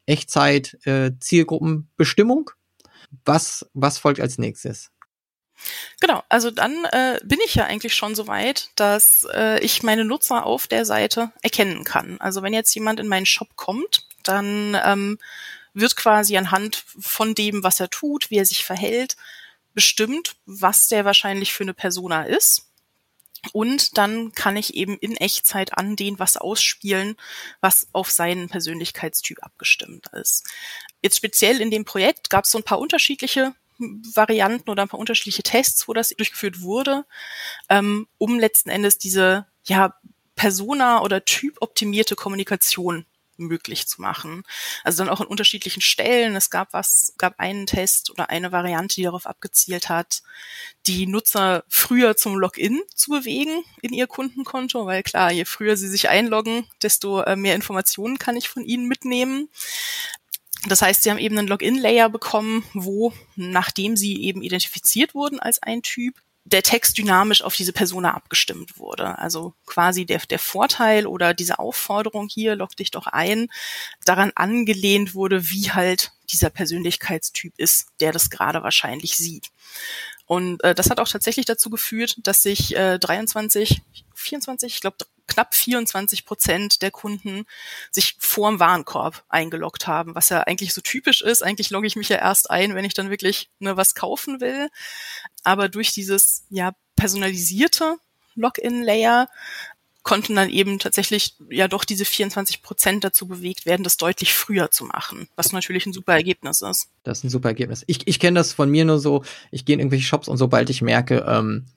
Echtzeit-Zielgruppenbestimmung. Was folgt als nächstes? Genau, also dann bin ich ja eigentlich schon so weit, dass ich meine Nutzer auf der Seite erkennen kann. Also wenn jetzt jemand in meinen Shop kommt, dann wird quasi anhand von dem, was er tut, wie er sich verhält, bestimmt, was der wahrscheinlich für eine Persona ist. Und dann kann ich eben in Echtzeit an den was ausspielen, was auf seinen Persönlichkeitstyp abgestimmt ist. Jetzt speziell in dem Projekt gab es so ein paar unterschiedliche Varianten oder ein paar unterschiedliche Tests, wo das durchgeführt wurde, um letzten Endes diese Persona- oder typoptimierte Kommunikation möglich zu machen. Also dann auch an unterschiedlichen Stellen. Es gab einen Test oder eine Variante, die darauf abgezielt hat, die Nutzer früher zum Login zu bewegen in ihr Kundenkonto, weil klar, je früher sie sich einloggen, desto mehr Informationen kann ich von ihnen mitnehmen. Das heißt, sie haben eben einen Login-Layer bekommen, wo, nachdem sie eben identifiziert wurden als ein Typ, der Text dynamisch auf diese Persona abgestimmt wurde. Also quasi der Vorteil oder diese Aufforderung hier, log dich doch ein, daran angelehnt wurde, wie halt dieser Persönlichkeitstyp ist, der das gerade wahrscheinlich sieht. Und das hat auch tatsächlich dazu geführt, dass sich 24, ich glaube knapp 24% der Kunden sich vorm Warenkorb eingeloggt haben, was ja eigentlich so typisch ist. Eigentlich logge ich mich ja erst ein, wenn ich dann wirklich was kaufen will. Aber durch dieses personalisierte Login-Layer konnten dann eben tatsächlich doch diese 24% dazu bewegt werden, das deutlich früher zu machen, was natürlich ein super Ergebnis ist. Das ist ein super Ergebnis. Ich kenne das von mir nur so, ich gehe in irgendwelche Shops und sobald ich merke,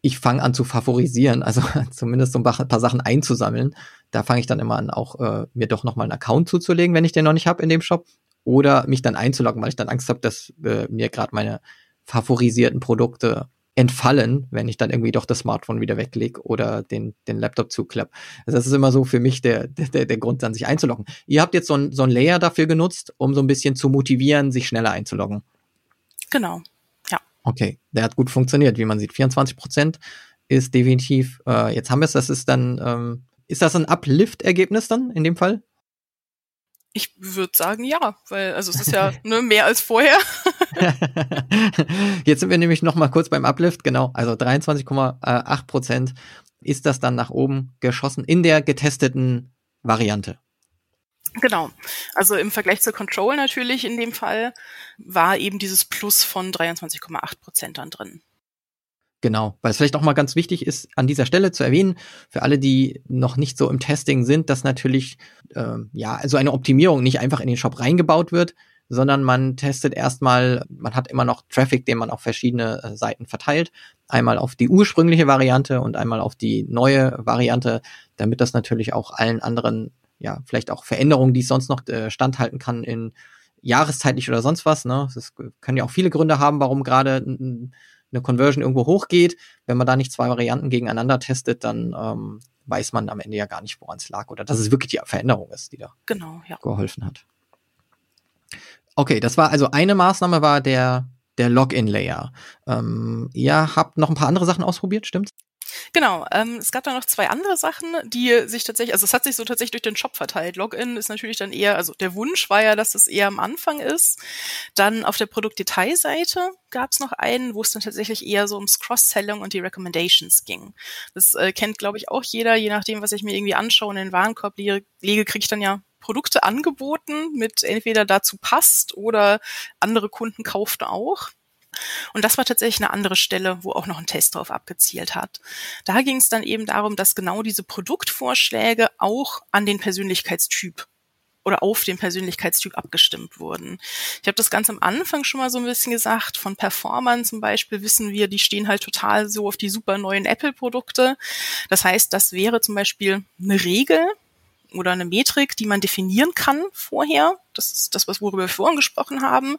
ich fange an zu favorisieren, also zumindest so ein paar Sachen einzusammeln. Da fange ich dann immer an, auch mir doch nochmal einen Account zuzulegen, wenn ich den noch nicht habe in dem Shop. Oder mich dann einzuloggen, weil ich dann Angst habe, dass mir gerade meine favorisierten Produkte entfallen, wenn ich dann irgendwie doch das Smartphone wieder weglege oder den Laptop zuklappe. Also das ist immer so für mich der Grund, dann sich einzuloggen. Ihr habt jetzt so ein Layer dafür genutzt, um so ein bisschen zu motivieren, sich schneller einzuloggen. Genau, ja. Okay, der hat gut funktioniert, wie man sieht. 24% ist definitiv, jetzt haben wir es, das ist dann, ist das ein Uplift-Ergebnis dann in dem Fall? Ich würde sagen, ja, weil also es ist ja mehr als vorher. Jetzt sind wir nämlich noch mal kurz beim Uplift, genau, also 23,8% ist das dann nach oben geschossen in der getesteten Variante. Genau, also im Vergleich zur Control natürlich in dem Fall war eben dieses Plus von 23,8% dann drin. Genau, weil es vielleicht auch mal ganz wichtig ist, an dieser Stelle zu erwähnen, für alle, die noch nicht so im Testing sind, dass natürlich also eine Optimierung nicht einfach in den Shop reingebaut wird, sondern man testet erstmal, man hat immer noch Traffic, den man auf verschiedene Seiten verteilt, einmal auf die ursprüngliche Variante und einmal auf die neue Variante, damit das natürlich auch allen anderen, ja, vielleicht auch Veränderungen, die es sonst noch standhalten kann in jahreszeitlich oder sonst was, ne? Das können ja auch viele Gründe haben, warum gerade eine Conversion irgendwo hochgeht. Wenn man da nicht zwei Varianten gegeneinander testet, dann weiß man am Ende ja gar nicht, woran es lag oder dass es wirklich die Veränderung ist, die da geholfen hat. Okay, das war also eine Maßnahme, war der Login-Layer. Ihr habt noch ein paar andere Sachen ausprobiert, stimmt's? Genau, es gab da noch 2 andere Sachen, die sich tatsächlich, also es hat sich so tatsächlich durch den Shop verteilt. Login ist natürlich dann eher, also der Wunsch war ja, dass es eher am Anfang ist. Dann auf der Produktdetailseite gab es noch einen, wo es dann tatsächlich eher so ums Cross-Selling und die Recommendations ging. Das kennt, glaube ich, auch jeder, je nachdem, was ich mir irgendwie anschaue und in den Warenkorb lege, kriege ich dann ja Produkte angeboten mit entweder dazu passt oder andere Kunden kauften auch. Und das war tatsächlich eine andere Stelle, wo auch noch ein Test drauf abgezielt hat. Da ging es dann eben darum, dass genau diese Produktvorschläge auch an den Persönlichkeitstyp oder auf den Persönlichkeitstyp abgestimmt wurden. Ich habe das ganz am Anfang schon mal so ein bisschen gesagt, von Performern zum Beispiel wissen wir, die stehen halt total so auf die super neuen Apple-Produkte. Das heißt, das wäre zum Beispiel eine Regel oder eine Metrik, die man definieren kann vorher. Das ist das, worüber wir vorhin gesprochen haben.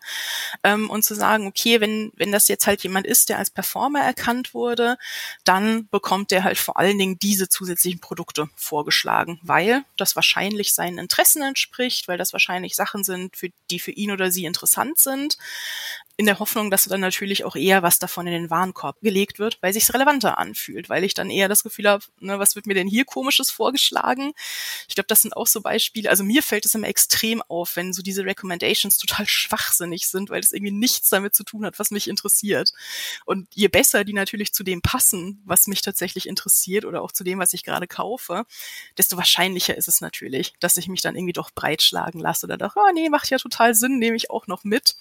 Und zu sagen, okay, wenn das jetzt halt jemand ist, der als Performer erkannt wurde, dann bekommt der halt vor allen Dingen diese zusätzlichen Produkte vorgeschlagen, weil das wahrscheinlich seinen Interessen entspricht, weil das wahrscheinlich Sachen sind, die für ihn oder sie interessant sind. In der Hoffnung, dass dann natürlich auch eher was davon in den Warenkorb gelegt wird, weil sich's relevanter anfühlt, weil ich dann eher das Gefühl habe, ne, was wird mir denn hier Komisches vorgeschlagen? Ich glaube, das sind auch so Beispiele. Also mir fällt es immer extrem auf, wenn so diese Recommendations total schwachsinnig sind, weil es irgendwie nichts damit zu tun hat, was mich interessiert. Und je besser die natürlich zu dem passen, was mich tatsächlich interessiert oder auch zu dem, was ich gerade kaufe, desto wahrscheinlicher ist es natürlich, dass ich mich dann irgendwie doch breitschlagen lasse oder doch, nee, macht ja total Sinn, nehme ich auch noch mit.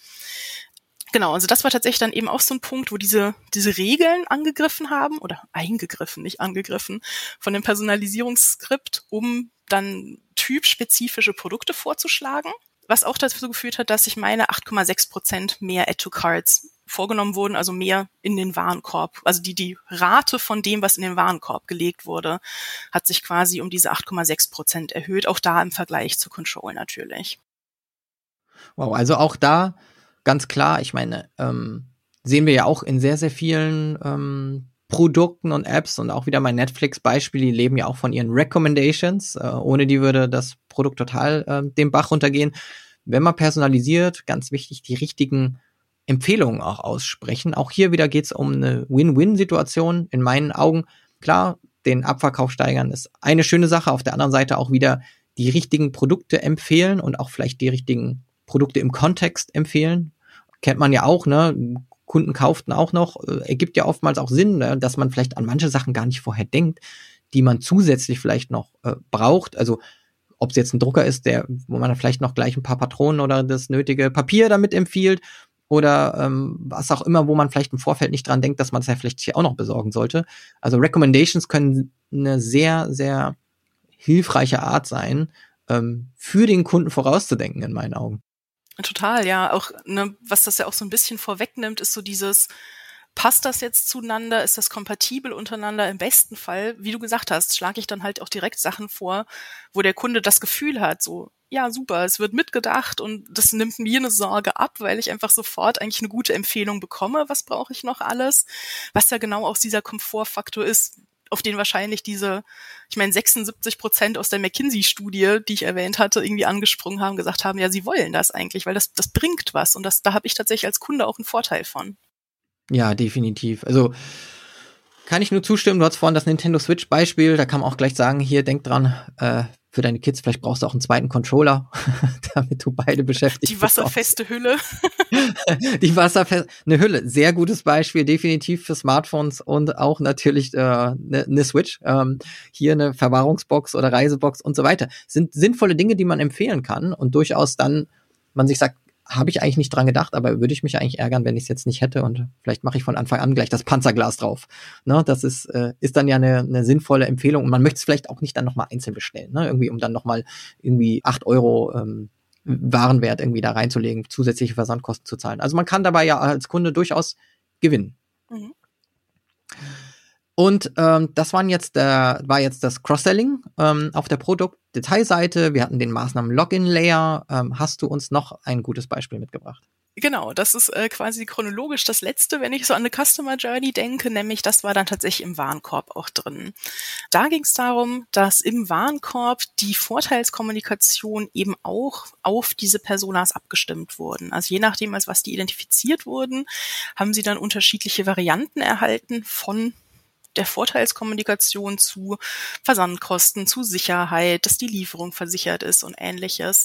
Genau, also das war tatsächlich dann eben auch so ein Punkt, wo diese Regeln angegriffen haben oder eingegriffen, nicht angegriffen, von dem Personalisierungsskript, um dann typspezifische Produkte vorzuschlagen, was auch dazu geführt hat, dass ich meine 8,6% mehr Add-to-Cards vorgenommen wurden, also mehr in den Warenkorb. Also die Rate von dem, was in den Warenkorb gelegt wurde, hat sich quasi um diese 8,6% erhöht, auch da im Vergleich zur Control natürlich. Wow, also auch da ganz klar, ich meine, sehen wir ja auch in sehr, sehr vielen Produkten und Apps und auch wieder mein Netflix-Beispiel, die leben ja auch von ihren Recommendations. Ohne die würde das Produkt total den Bach runtergehen. Wenn man personalisiert, ganz wichtig, die richtigen Empfehlungen auch aussprechen. Auch hier wieder geht's um eine Win-Win-Situation in meinen Augen. Klar, den Abverkauf steigern ist eine schöne Sache. Auf der anderen Seite auch wieder die richtigen Produkte empfehlen und auch vielleicht die richtigen Produkte im Kontext empfehlen. Kennt man ja auch, ne? Kunden kauften auch noch, ergibt ja oftmals auch Sinn, ne? Dass man vielleicht an manche Sachen gar nicht vorher denkt, die man zusätzlich vielleicht noch braucht. Also ob es jetzt ein Drucker ist, wo man vielleicht noch gleich ein paar Patronen oder das nötige Papier damit empfiehlt oder was auch immer, wo man vielleicht im Vorfeld nicht dran denkt, dass man es ja vielleicht hier auch noch besorgen sollte. Also Recommendations können eine sehr, sehr hilfreiche Art sein, für den Kunden vorauszudenken, in meinen Augen. Total, ja. Auch, ne, was das ja auch so ein bisschen vorwegnimmt, ist so dieses, passt das jetzt zueinander, ist das kompatibel untereinander? Im besten Fall, wie du gesagt hast, schlage ich dann halt auch direkt Sachen vor, wo der Kunde das Gefühl hat, so, ja, super, es wird mitgedacht und das nimmt mir eine Sorge ab, weil ich einfach sofort eigentlich eine gute Empfehlung bekomme, was brauche ich noch alles, was ja genau auch dieser Komfortfaktor ist, auf den wahrscheinlich 76% aus der McKinsey-Studie, die ich erwähnt hatte, irgendwie angesprungen haben, gesagt haben, ja, sie wollen das eigentlich, weil das bringt was und da habe ich tatsächlich als Kunde auch einen Vorteil von. Ja, definitiv. Also kann ich nur zustimmen. Du hast vorhin das Nintendo Switch-Beispiel, da kann man auch gleich sagen, hier, denk dran, für deine Kids, vielleicht brauchst du auch einen zweiten Controller, damit du beide beschäftigt Die wasserfeste Hülle. Eine Hülle, sehr gutes Beispiel, definitiv für Smartphones und auch natürlich eine Switch, hier eine Verwahrungsbox oder Reisebox und so weiter. Sind sinnvolle Dinge, die man empfehlen kann und durchaus dann man sich sagt, habe ich eigentlich nicht dran gedacht, aber würde ich mich eigentlich ärgern, wenn ich es jetzt nicht hätte und vielleicht mache ich von Anfang an gleich das Panzerglas drauf. Ne, das ist dann ja eine sinnvolle Empfehlung und man möchte es vielleicht auch nicht dann nochmal einzeln bestellen, ne, irgendwie um dann nochmal irgendwie 8 Euro Warenwert irgendwie da reinzulegen, zusätzliche Versandkosten zu zahlen. Also man kann dabei ja als Kunde durchaus gewinnen. Mhm. Und das war jetzt das Cross-Selling auf der Produktdetailseite. Wir hatten den Maßnahmen-Login-Layer. Hast du uns noch ein gutes Beispiel mitgebracht? Genau, das ist quasi chronologisch das letzte, wenn ich so an eine Customer Journey denke, nämlich das war dann tatsächlich im Warenkorb auch drin. Da ging es darum, dass im Warenkorb die Vorteilskommunikation eben auch auf diese Personas abgestimmt wurden. Also je nachdem, als was die identifiziert wurden, haben sie dann unterschiedliche Varianten erhalten von der Vorteilskommunikation zu Versandkosten, zu Sicherheit, dass die Lieferung versichert ist und Ähnliches.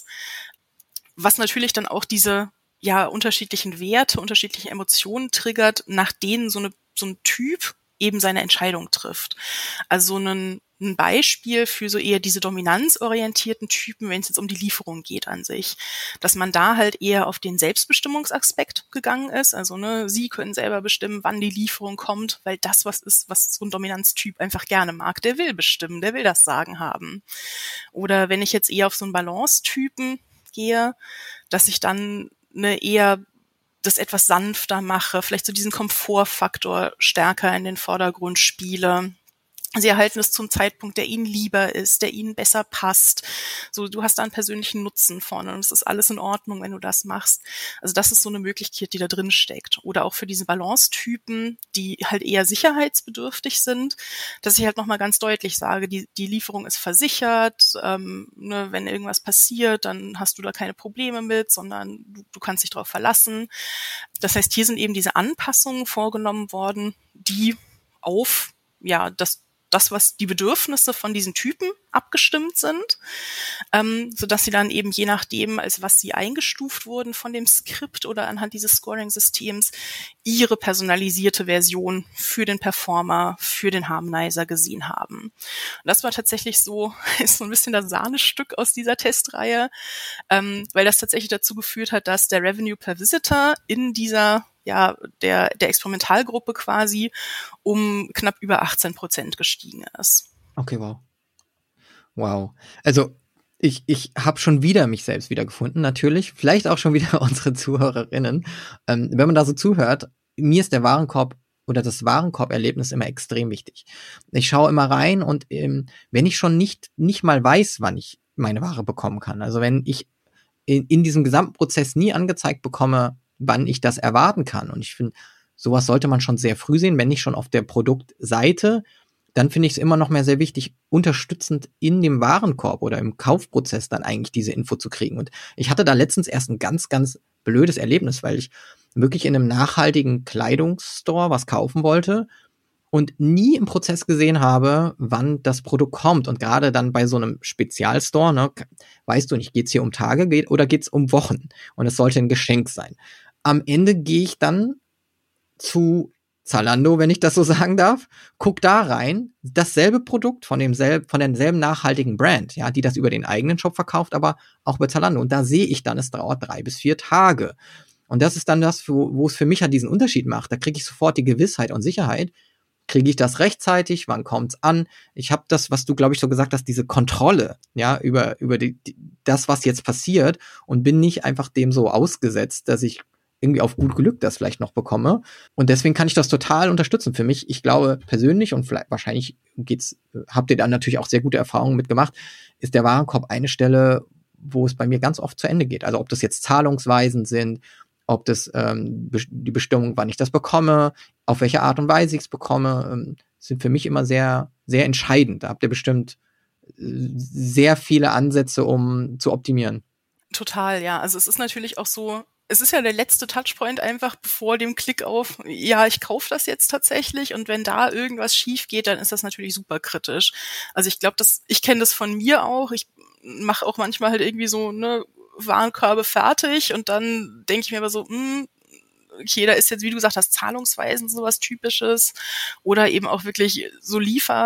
Was natürlich dann auch diese unterschiedlichen Werte, unterschiedliche Emotionen triggert, nach denen so ein Typ eben seine Entscheidung trifft. Also ein Beispiel für so eher diese dominanzorientierten Typen, wenn es jetzt um die Lieferung geht an sich, dass man da halt eher auf den Selbstbestimmungsaspekt gegangen ist. Also sie können selber bestimmen, wann die Lieferung kommt, weil das was ist, was so ein Dominanztyp einfach gerne mag. Der will bestimmen, der will das Sagen haben. Oder wenn ich jetzt eher auf so einen Balance-Typen gehe, dass ich dann eher das etwas sanfter mache, vielleicht so diesen Komfortfaktor stärker in den Vordergrund spiele. Sie erhalten es zum Zeitpunkt, der ihnen lieber ist, der ihnen besser passt. So, du hast da einen persönlichen Nutzen von und es ist alles in Ordnung, wenn du das machst. Also das ist so eine Möglichkeit, die da drin steckt. Oder auch für diese Balance-Typen, die halt eher sicherheitsbedürftig sind, dass ich halt nochmal ganz deutlich sage, die Lieferung ist versichert, wenn irgendwas passiert, dann hast du da keine Probleme mit, sondern du kannst dich darauf verlassen. Das heißt, hier sind eben diese Anpassungen vorgenommen worden, die auf das, was die Bedürfnisse von diesen Typen abgestimmt sind, sodass sie dann eben je nachdem, als was sie eingestuft wurden von dem Skript oder anhand dieses Scoring-Systems, ihre personalisierte Version für den Performer, für den Harmonizer gesehen haben. Und das war tatsächlich ist so ein bisschen das Sahnestück aus dieser Testreihe, weil das tatsächlich dazu geführt hat, dass der Revenue per Visitor in dieser der Experimentalgruppe quasi um knapp über 18% gestiegen ist. Okay, wow. Also ich habe schon wieder mich selbst wiedergefunden, natürlich. Vielleicht auch schon wieder unsere Zuhörerinnen. Wenn man da so zuhört, mir ist der Warenkorb oder das Warenkorb-Erlebnis immer extrem wichtig. Ich schaue immer rein und wenn ich schon nicht mal weiß, wann ich meine Ware bekommen kann, also wenn ich in diesem gesamten Prozess nie angezeigt bekomme, wann ich das erwarten kann. Und ich finde, sowas sollte man schon sehr früh sehen, wenn nicht schon auf der Produktseite. Dann finde ich es immer noch mehr sehr wichtig, unterstützend in dem Warenkorb oder im Kaufprozess dann eigentlich diese Info zu kriegen. Und ich hatte da letztens erst ein ganz, ganz blödes Erlebnis, weil ich wirklich in einem nachhaltigen Kleidungsstore was kaufen wollte und nie im Prozess gesehen habe, wann das Produkt kommt. Und gerade dann bei so einem Spezialstore, ne, weißt du nicht, geht's hier um Tage oder geht's um Wochen? Und es sollte ein Geschenk sein. Am Ende gehe ich dann zu Zalando, wenn ich das so sagen darf, guck da rein, dasselbe Produkt von derselben nachhaltigen Brand, ja, die das über den eigenen Shop verkauft, aber auch bei Zalando. Und da sehe ich dann, es dauert 3 bis 4 Tage. Und das ist dann das, wo es für mich halt diesen Unterschied macht. Da kriege ich sofort die Gewissheit und Sicherheit. Kriege ich das rechtzeitig? Wann kommt's an? Ich habe das, was du, glaube ich, so gesagt hast, diese Kontrolle, ja, über das, was jetzt passiert und bin nicht einfach dem so ausgesetzt, dass ich irgendwie auf gut Glück das vielleicht noch bekomme. Und deswegen kann ich das total unterstützen. Für mich, ich glaube persönlich, und vielleicht wahrscheinlich habt ihr da natürlich auch sehr gute Erfahrungen mitgemacht, ist der Warenkorb eine Stelle, wo es bei mir ganz oft zu Ende geht. Also ob das jetzt Zahlungsweisen sind, ob das die Bestimmung, wann ich das bekomme, auf welche Art und Weise ich es bekomme, sind für mich immer sehr, sehr entscheidend. Da habt ihr bestimmt sehr viele Ansätze, um zu optimieren. Total, ja. Also es ist natürlich auch so, es ist ja der letzte Touchpoint einfach bevor dem Klick auf, ja, ich kaufe das jetzt tatsächlich, und wenn da irgendwas schief geht, dann ist das natürlich super kritisch. Also ich glaube, ich kenne das von mir auch. Ich mache auch manchmal halt irgendwie so, ne, Warenkörbe fertig, und dann denke ich mir aber so, okay, da ist jetzt, wie du gesagt hast, Zahlungsweisen sowas Typisches oder eben auch wirklich so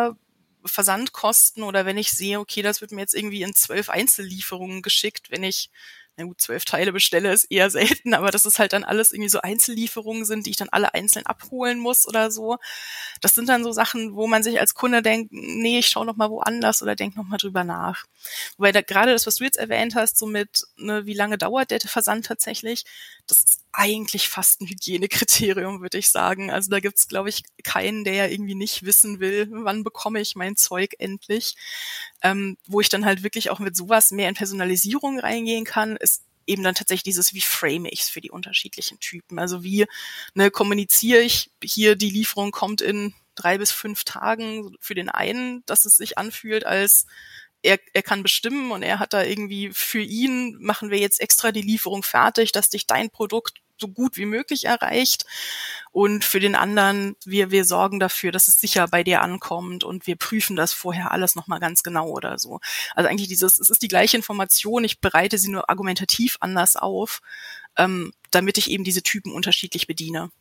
Versandkosten, oder wenn ich sehe, okay, das wird mir jetzt irgendwie in 12 Einzellieferungen geschickt, wenn ich, na gut, 12 Teile bestelle, ist eher selten, aber das ist halt dann alles irgendwie so Einzellieferungen sind, die ich dann alle einzeln abholen muss oder so. Das sind dann so Sachen, wo man sich als Kunde denkt, nee, ich schaue noch mal woanders oder denk noch mal drüber nach. Wobei da gerade das, was du jetzt erwähnt hast, so mit, ne, wie lange dauert der Versand tatsächlich, das ist eigentlich fast ein Hygienekriterium, würde ich sagen. Also da gibt's, glaube ich, keinen, der ja irgendwie nicht wissen will, wann bekomme ich mein Zeug endlich. Wo ich dann halt wirklich auch mit sowas mehr in Personalisierung reingehen kann, ist eben dann tatsächlich dieses, wie frame ich es für die unterschiedlichen Typen. Also wie, ne, kommuniziere ich hier, die Lieferung kommt in 3 bis 5 Tagen für den einen, dass es sich anfühlt als er kann bestimmen und er hat da irgendwie für ihn, machen wir jetzt extra die Lieferung fertig, dass dich dein Produkt so gut wie möglich erreicht. Und für den anderen, wir sorgen dafür, dass es sicher bei dir ankommt und wir prüfen das vorher alles nochmal ganz genau oder so. Also eigentlich es ist die gleiche Information, ich bereite sie nur argumentativ anders auf, damit ich eben diese Typen unterschiedlich bediene.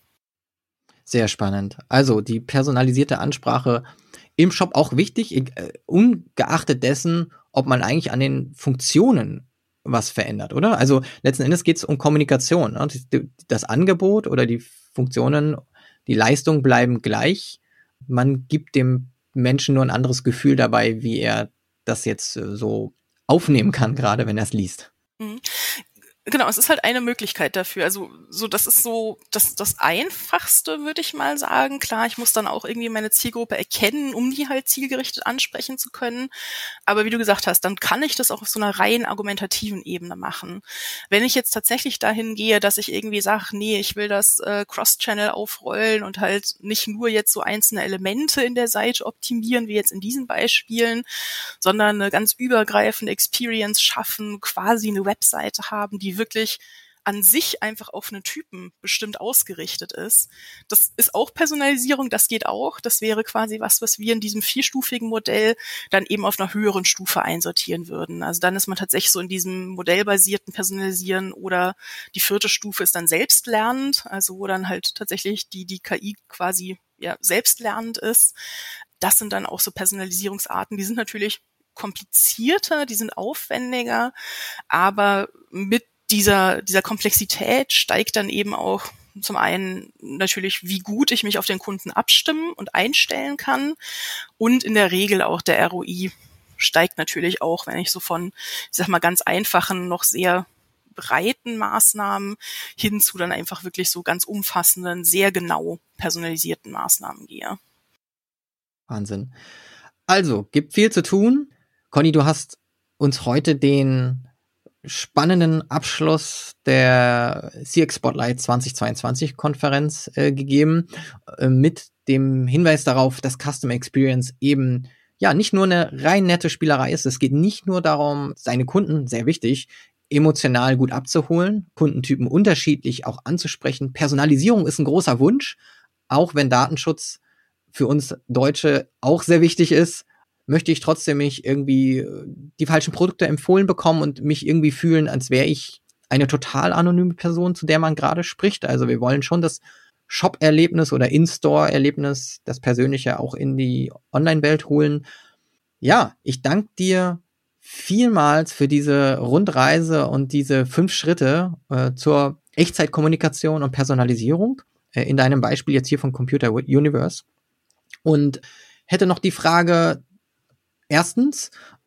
Sehr spannend. Also die personalisierte Ansprache im Shop auch wichtig, ungeachtet dessen, ob man eigentlich an den Funktionen was verändert, oder? Also letzten Endes geht es um Kommunikation. Ne? Das Angebot oder die Funktionen, die Leistung bleiben gleich. Man gibt dem Menschen nur ein anderes Gefühl dabei, wie er das jetzt so aufnehmen kann, gerade wenn er es liest. Mhm. Genau, es ist halt eine Möglichkeit dafür. Also so, das ist so das Einfachste, würde ich mal sagen. Klar, ich muss dann auch irgendwie meine Zielgruppe erkennen, um die halt zielgerichtet ansprechen zu können. Aber wie du gesagt hast, dann kann ich das auch auf so einer rein argumentativen Ebene machen. Wenn ich jetzt tatsächlich dahin gehe, dass ich irgendwie sage, nee, ich will das Cross-Channel aufrollen und halt nicht nur jetzt so einzelne Elemente in der Seite optimieren, wie jetzt in diesen Beispielen, sondern eine ganz übergreifende Experience schaffen, quasi eine Webseite haben, die wirklich an sich einfach auf einen Typen bestimmt ausgerichtet ist. Das ist auch Personalisierung, das geht auch. Das wäre quasi was wir in diesem 4-stufigen Modell dann eben auf einer höheren Stufe einsortieren würden. Also dann ist man tatsächlich so in diesem modellbasierten Personalisieren, oder die 4. Stufe ist dann selbstlernend, also wo dann halt tatsächlich die KI quasi ja selbstlernend ist. Das sind dann auch so Personalisierungsarten, die sind natürlich komplizierter, die sind aufwendiger, aber mit dieser Komplexität steigt dann eben auch zum einen natürlich, wie gut ich mich auf den Kunden abstimmen und einstellen kann, und in der Regel auch der ROI steigt natürlich auch, wenn ich so von, ich sag mal, ganz einfachen, noch sehr breiten Maßnahmen hin zu dann einfach wirklich so ganz umfassenden, sehr genau personalisierten Maßnahmen gehe. Wahnsinn. Also, gibt viel zu tun. Conny, du hast uns heute den spannenden Abschluss der CX Spotlight 2022 Konferenz gegeben, mit dem Hinweis darauf, dass Customer Experience eben ja nicht nur eine rein nette Spielerei ist. Es geht nicht nur darum, seine Kunden, sehr wichtig, emotional gut abzuholen, Kundentypen unterschiedlich auch anzusprechen. Personalisierung ist ein großer Wunsch, auch wenn Datenschutz für uns Deutsche auch sehr wichtig ist. Möchte ich trotzdem nicht irgendwie die falschen Produkte empfohlen bekommen und mich irgendwie fühlen, als wäre ich eine total anonyme Person, zu der man gerade spricht. Also wir wollen schon das Shop-Erlebnis oder In-Store-Erlebnis, das Persönliche auch in die Online-Welt holen. Ja, ich danke dir vielmals für diese Rundreise und diese 5 Schritte zur Echtzeitkommunikation und Personalisierung in deinem Beispiel jetzt hier von Computer Universe. Und hätte noch die Frage, erstens,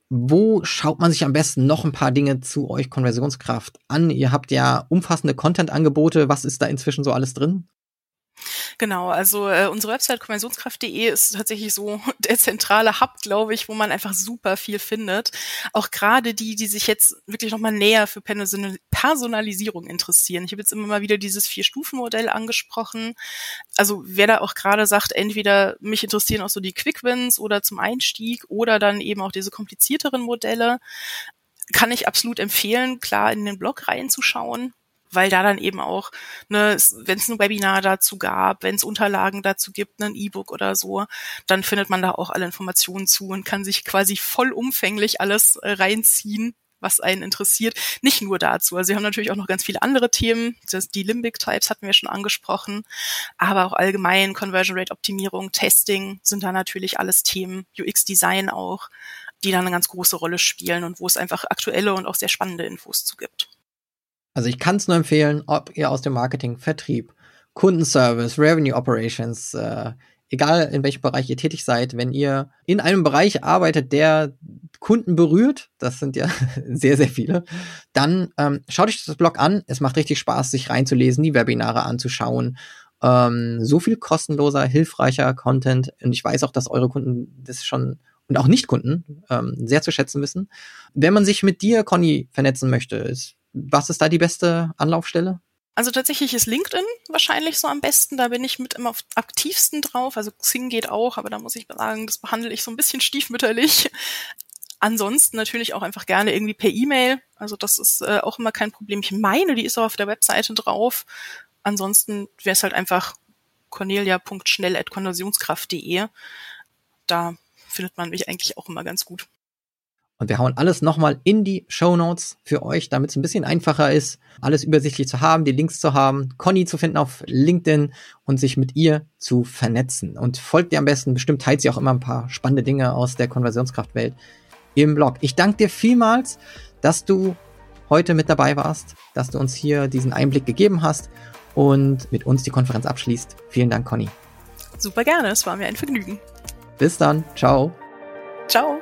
Wo schaut man sich am besten noch ein paar Dinge zu euch Konversionskraft an? Ihr habt ja umfassende Content-Angebote. Was ist da inzwischen so alles drin? Genau, also unsere Website konversionskraft.de ist tatsächlich so der zentrale Hub, glaube ich, wo man einfach super viel findet. Auch gerade die sich jetzt wirklich nochmal näher für Personalisierung interessieren. Ich habe jetzt immer mal wieder dieses 4-Stufen-Modell angesprochen. Also wer da auch gerade sagt, entweder mich interessieren auch so die Quick-Wins oder zum Einstieg oder dann eben auch diese komplizierteren Modelle, kann ich absolut empfehlen, klar in den Blog reinzuschauen, weil da dann eben auch, wenn es ein Webinar dazu gab, wenn es Unterlagen dazu gibt, ein E-Book oder so, dann findet man da auch alle Informationen zu und kann sich quasi vollumfänglich alles reinziehen, was einen interessiert. Nicht nur dazu, also wir haben natürlich auch noch ganz viele andere Themen, die Limbic Types hatten wir schon angesprochen, aber auch allgemein Conversion Rate Optimierung, Testing sind da natürlich alles Themen, UX Design auch, die dann eine ganz große Rolle spielen und wo es einfach aktuelle und auch sehr spannende Infos zu gibt. Also ich kann es nur empfehlen, ob ihr aus dem Marketing, Vertrieb, Kundenservice, Revenue Operations, egal in welchem Bereich ihr tätig seid, wenn ihr in einem Bereich arbeitet, der Kunden berührt, das sind ja sehr, sehr viele, dann schaut euch das Blog an. Es macht richtig Spaß, sich reinzulesen, die Webinare anzuschauen. So viel kostenloser, hilfreicher Content. Und ich weiß auch, dass eure Kunden das schon und auch Nicht-Kunden sehr zu schätzen wissen. Wenn man sich mit dir, Conny, vernetzen möchte, was ist da die beste Anlaufstelle? Also tatsächlich ist LinkedIn wahrscheinlich so am besten. Da bin ich mit immer am aktivsten drauf. Also Xing geht auch, aber da muss ich sagen, das behandle ich so ein bisschen stiefmütterlich. Ansonsten natürlich auch einfach gerne irgendwie per E-Mail. Also das ist auch immer kein Problem. Ich meine, die ist auch auf der Webseite drauf. Ansonsten wäre es halt einfach cornelia.schnell@konversionskraft.de. Da findet man mich eigentlich auch immer ganz gut. Und wir hauen alles nochmal in die Shownotes für euch, damit es ein bisschen einfacher ist, alles übersichtlich zu haben, die Links zu haben, Conny zu finden auf LinkedIn und sich mit ihr zu vernetzen. Und folgt ihr am besten, bestimmt teilt sie auch immer ein paar spannende Dinge aus der Konversionskraftwelt im Blog. Ich danke dir vielmals, dass du heute mit dabei warst, dass du uns hier diesen Einblick gegeben hast und mit uns die Konferenz abschließt. Vielen Dank, Conny. Super gerne, es war mir ein Vergnügen. Bis dann, ciao. Ciao.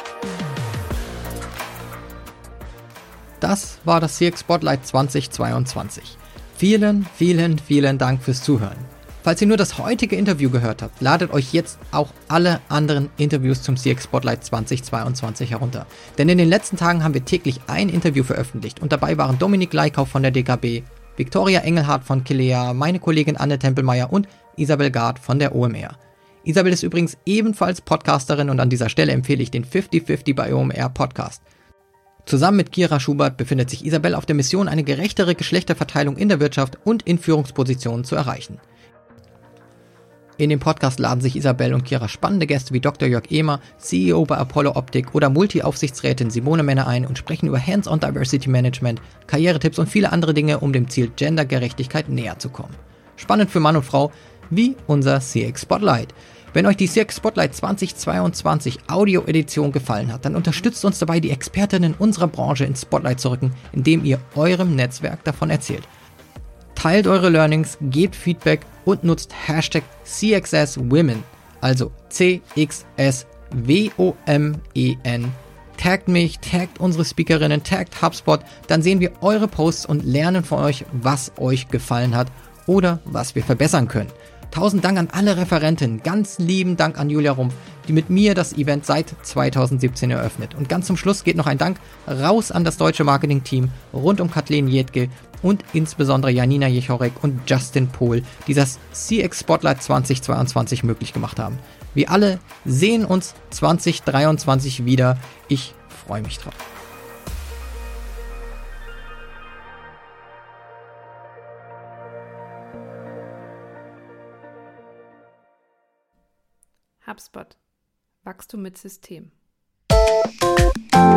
Das war das CX Spotlight 2022. Vielen, vielen, vielen Dank fürs Zuhören. Falls ihr nur das heutige Interview gehört habt, ladet euch jetzt auch alle anderen Interviews zum CX Spotlight 2022 herunter. Denn in den letzten Tagen haben wir täglich ein Interview veröffentlicht und dabei waren Dominik Leikauf von der DKB, Viktoria Engelhardt von Kilea, meine Kollegin Anne Tempelmeier und Isabel Gard von der OMR. Isabel ist übrigens ebenfalls Podcasterin und an dieser Stelle empfehle ich den 50/50 bei OMR Podcast. Zusammen mit Kira Schubert befindet sich Isabel auf der Mission, eine gerechtere Geschlechterverteilung in der Wirtschaft und in Führungspositionen zu erreichen. In dem Podcast laden sich Isabel und Kira spannende Gäste wie Dr. Jörg Ehmer, CEO bei Apollo Optik oder Multi-Aufsichtsrätin Simone Männer ein und sprechen über Hands-on Diversity Management, Karrieretipps und viele andere Dinge, um dem Ziel Gendergerechtigkeit näher zu kommen. Spannend für Mann und Frau, wie unser CX Spotlight. Wenn euch die CX Spotlight 2022 Audio-Edition gefallen hat, dann unterstützt uns dabei, die Expertinnen unserer Branche ins Spotlight zu rücken, indem ihr eurem Netzwerk davon erzählt. Teilt eure Learnings, gebt Feedback und nutzt Hashtag CXSWomen, also CXSWOMEN. Taggt mich, taggt unsere Speakerinnen, taggt HubSpot, dann sehen wir eure Posts und lernen von euch, was euch gefallen hat oder was wir verbessern können. 1000 Dank an alle Referentinnen, ganz lieben Dank an Julia Rumpf, die mit mir das Event seit 2017 eröffnet. Und ganz zum Schluss geht noch ein Dank raus an das deutsche Marketing-Team rund um Kathleen Jedke und insbesondere Janina Jechorek und Justin Pohl, die das CX Spotlight 2022 möglich gemacht haben. Wir alle sehen uns 2023 wieder. Ich freue mich drauf. HubSpot. Wachstum mit System.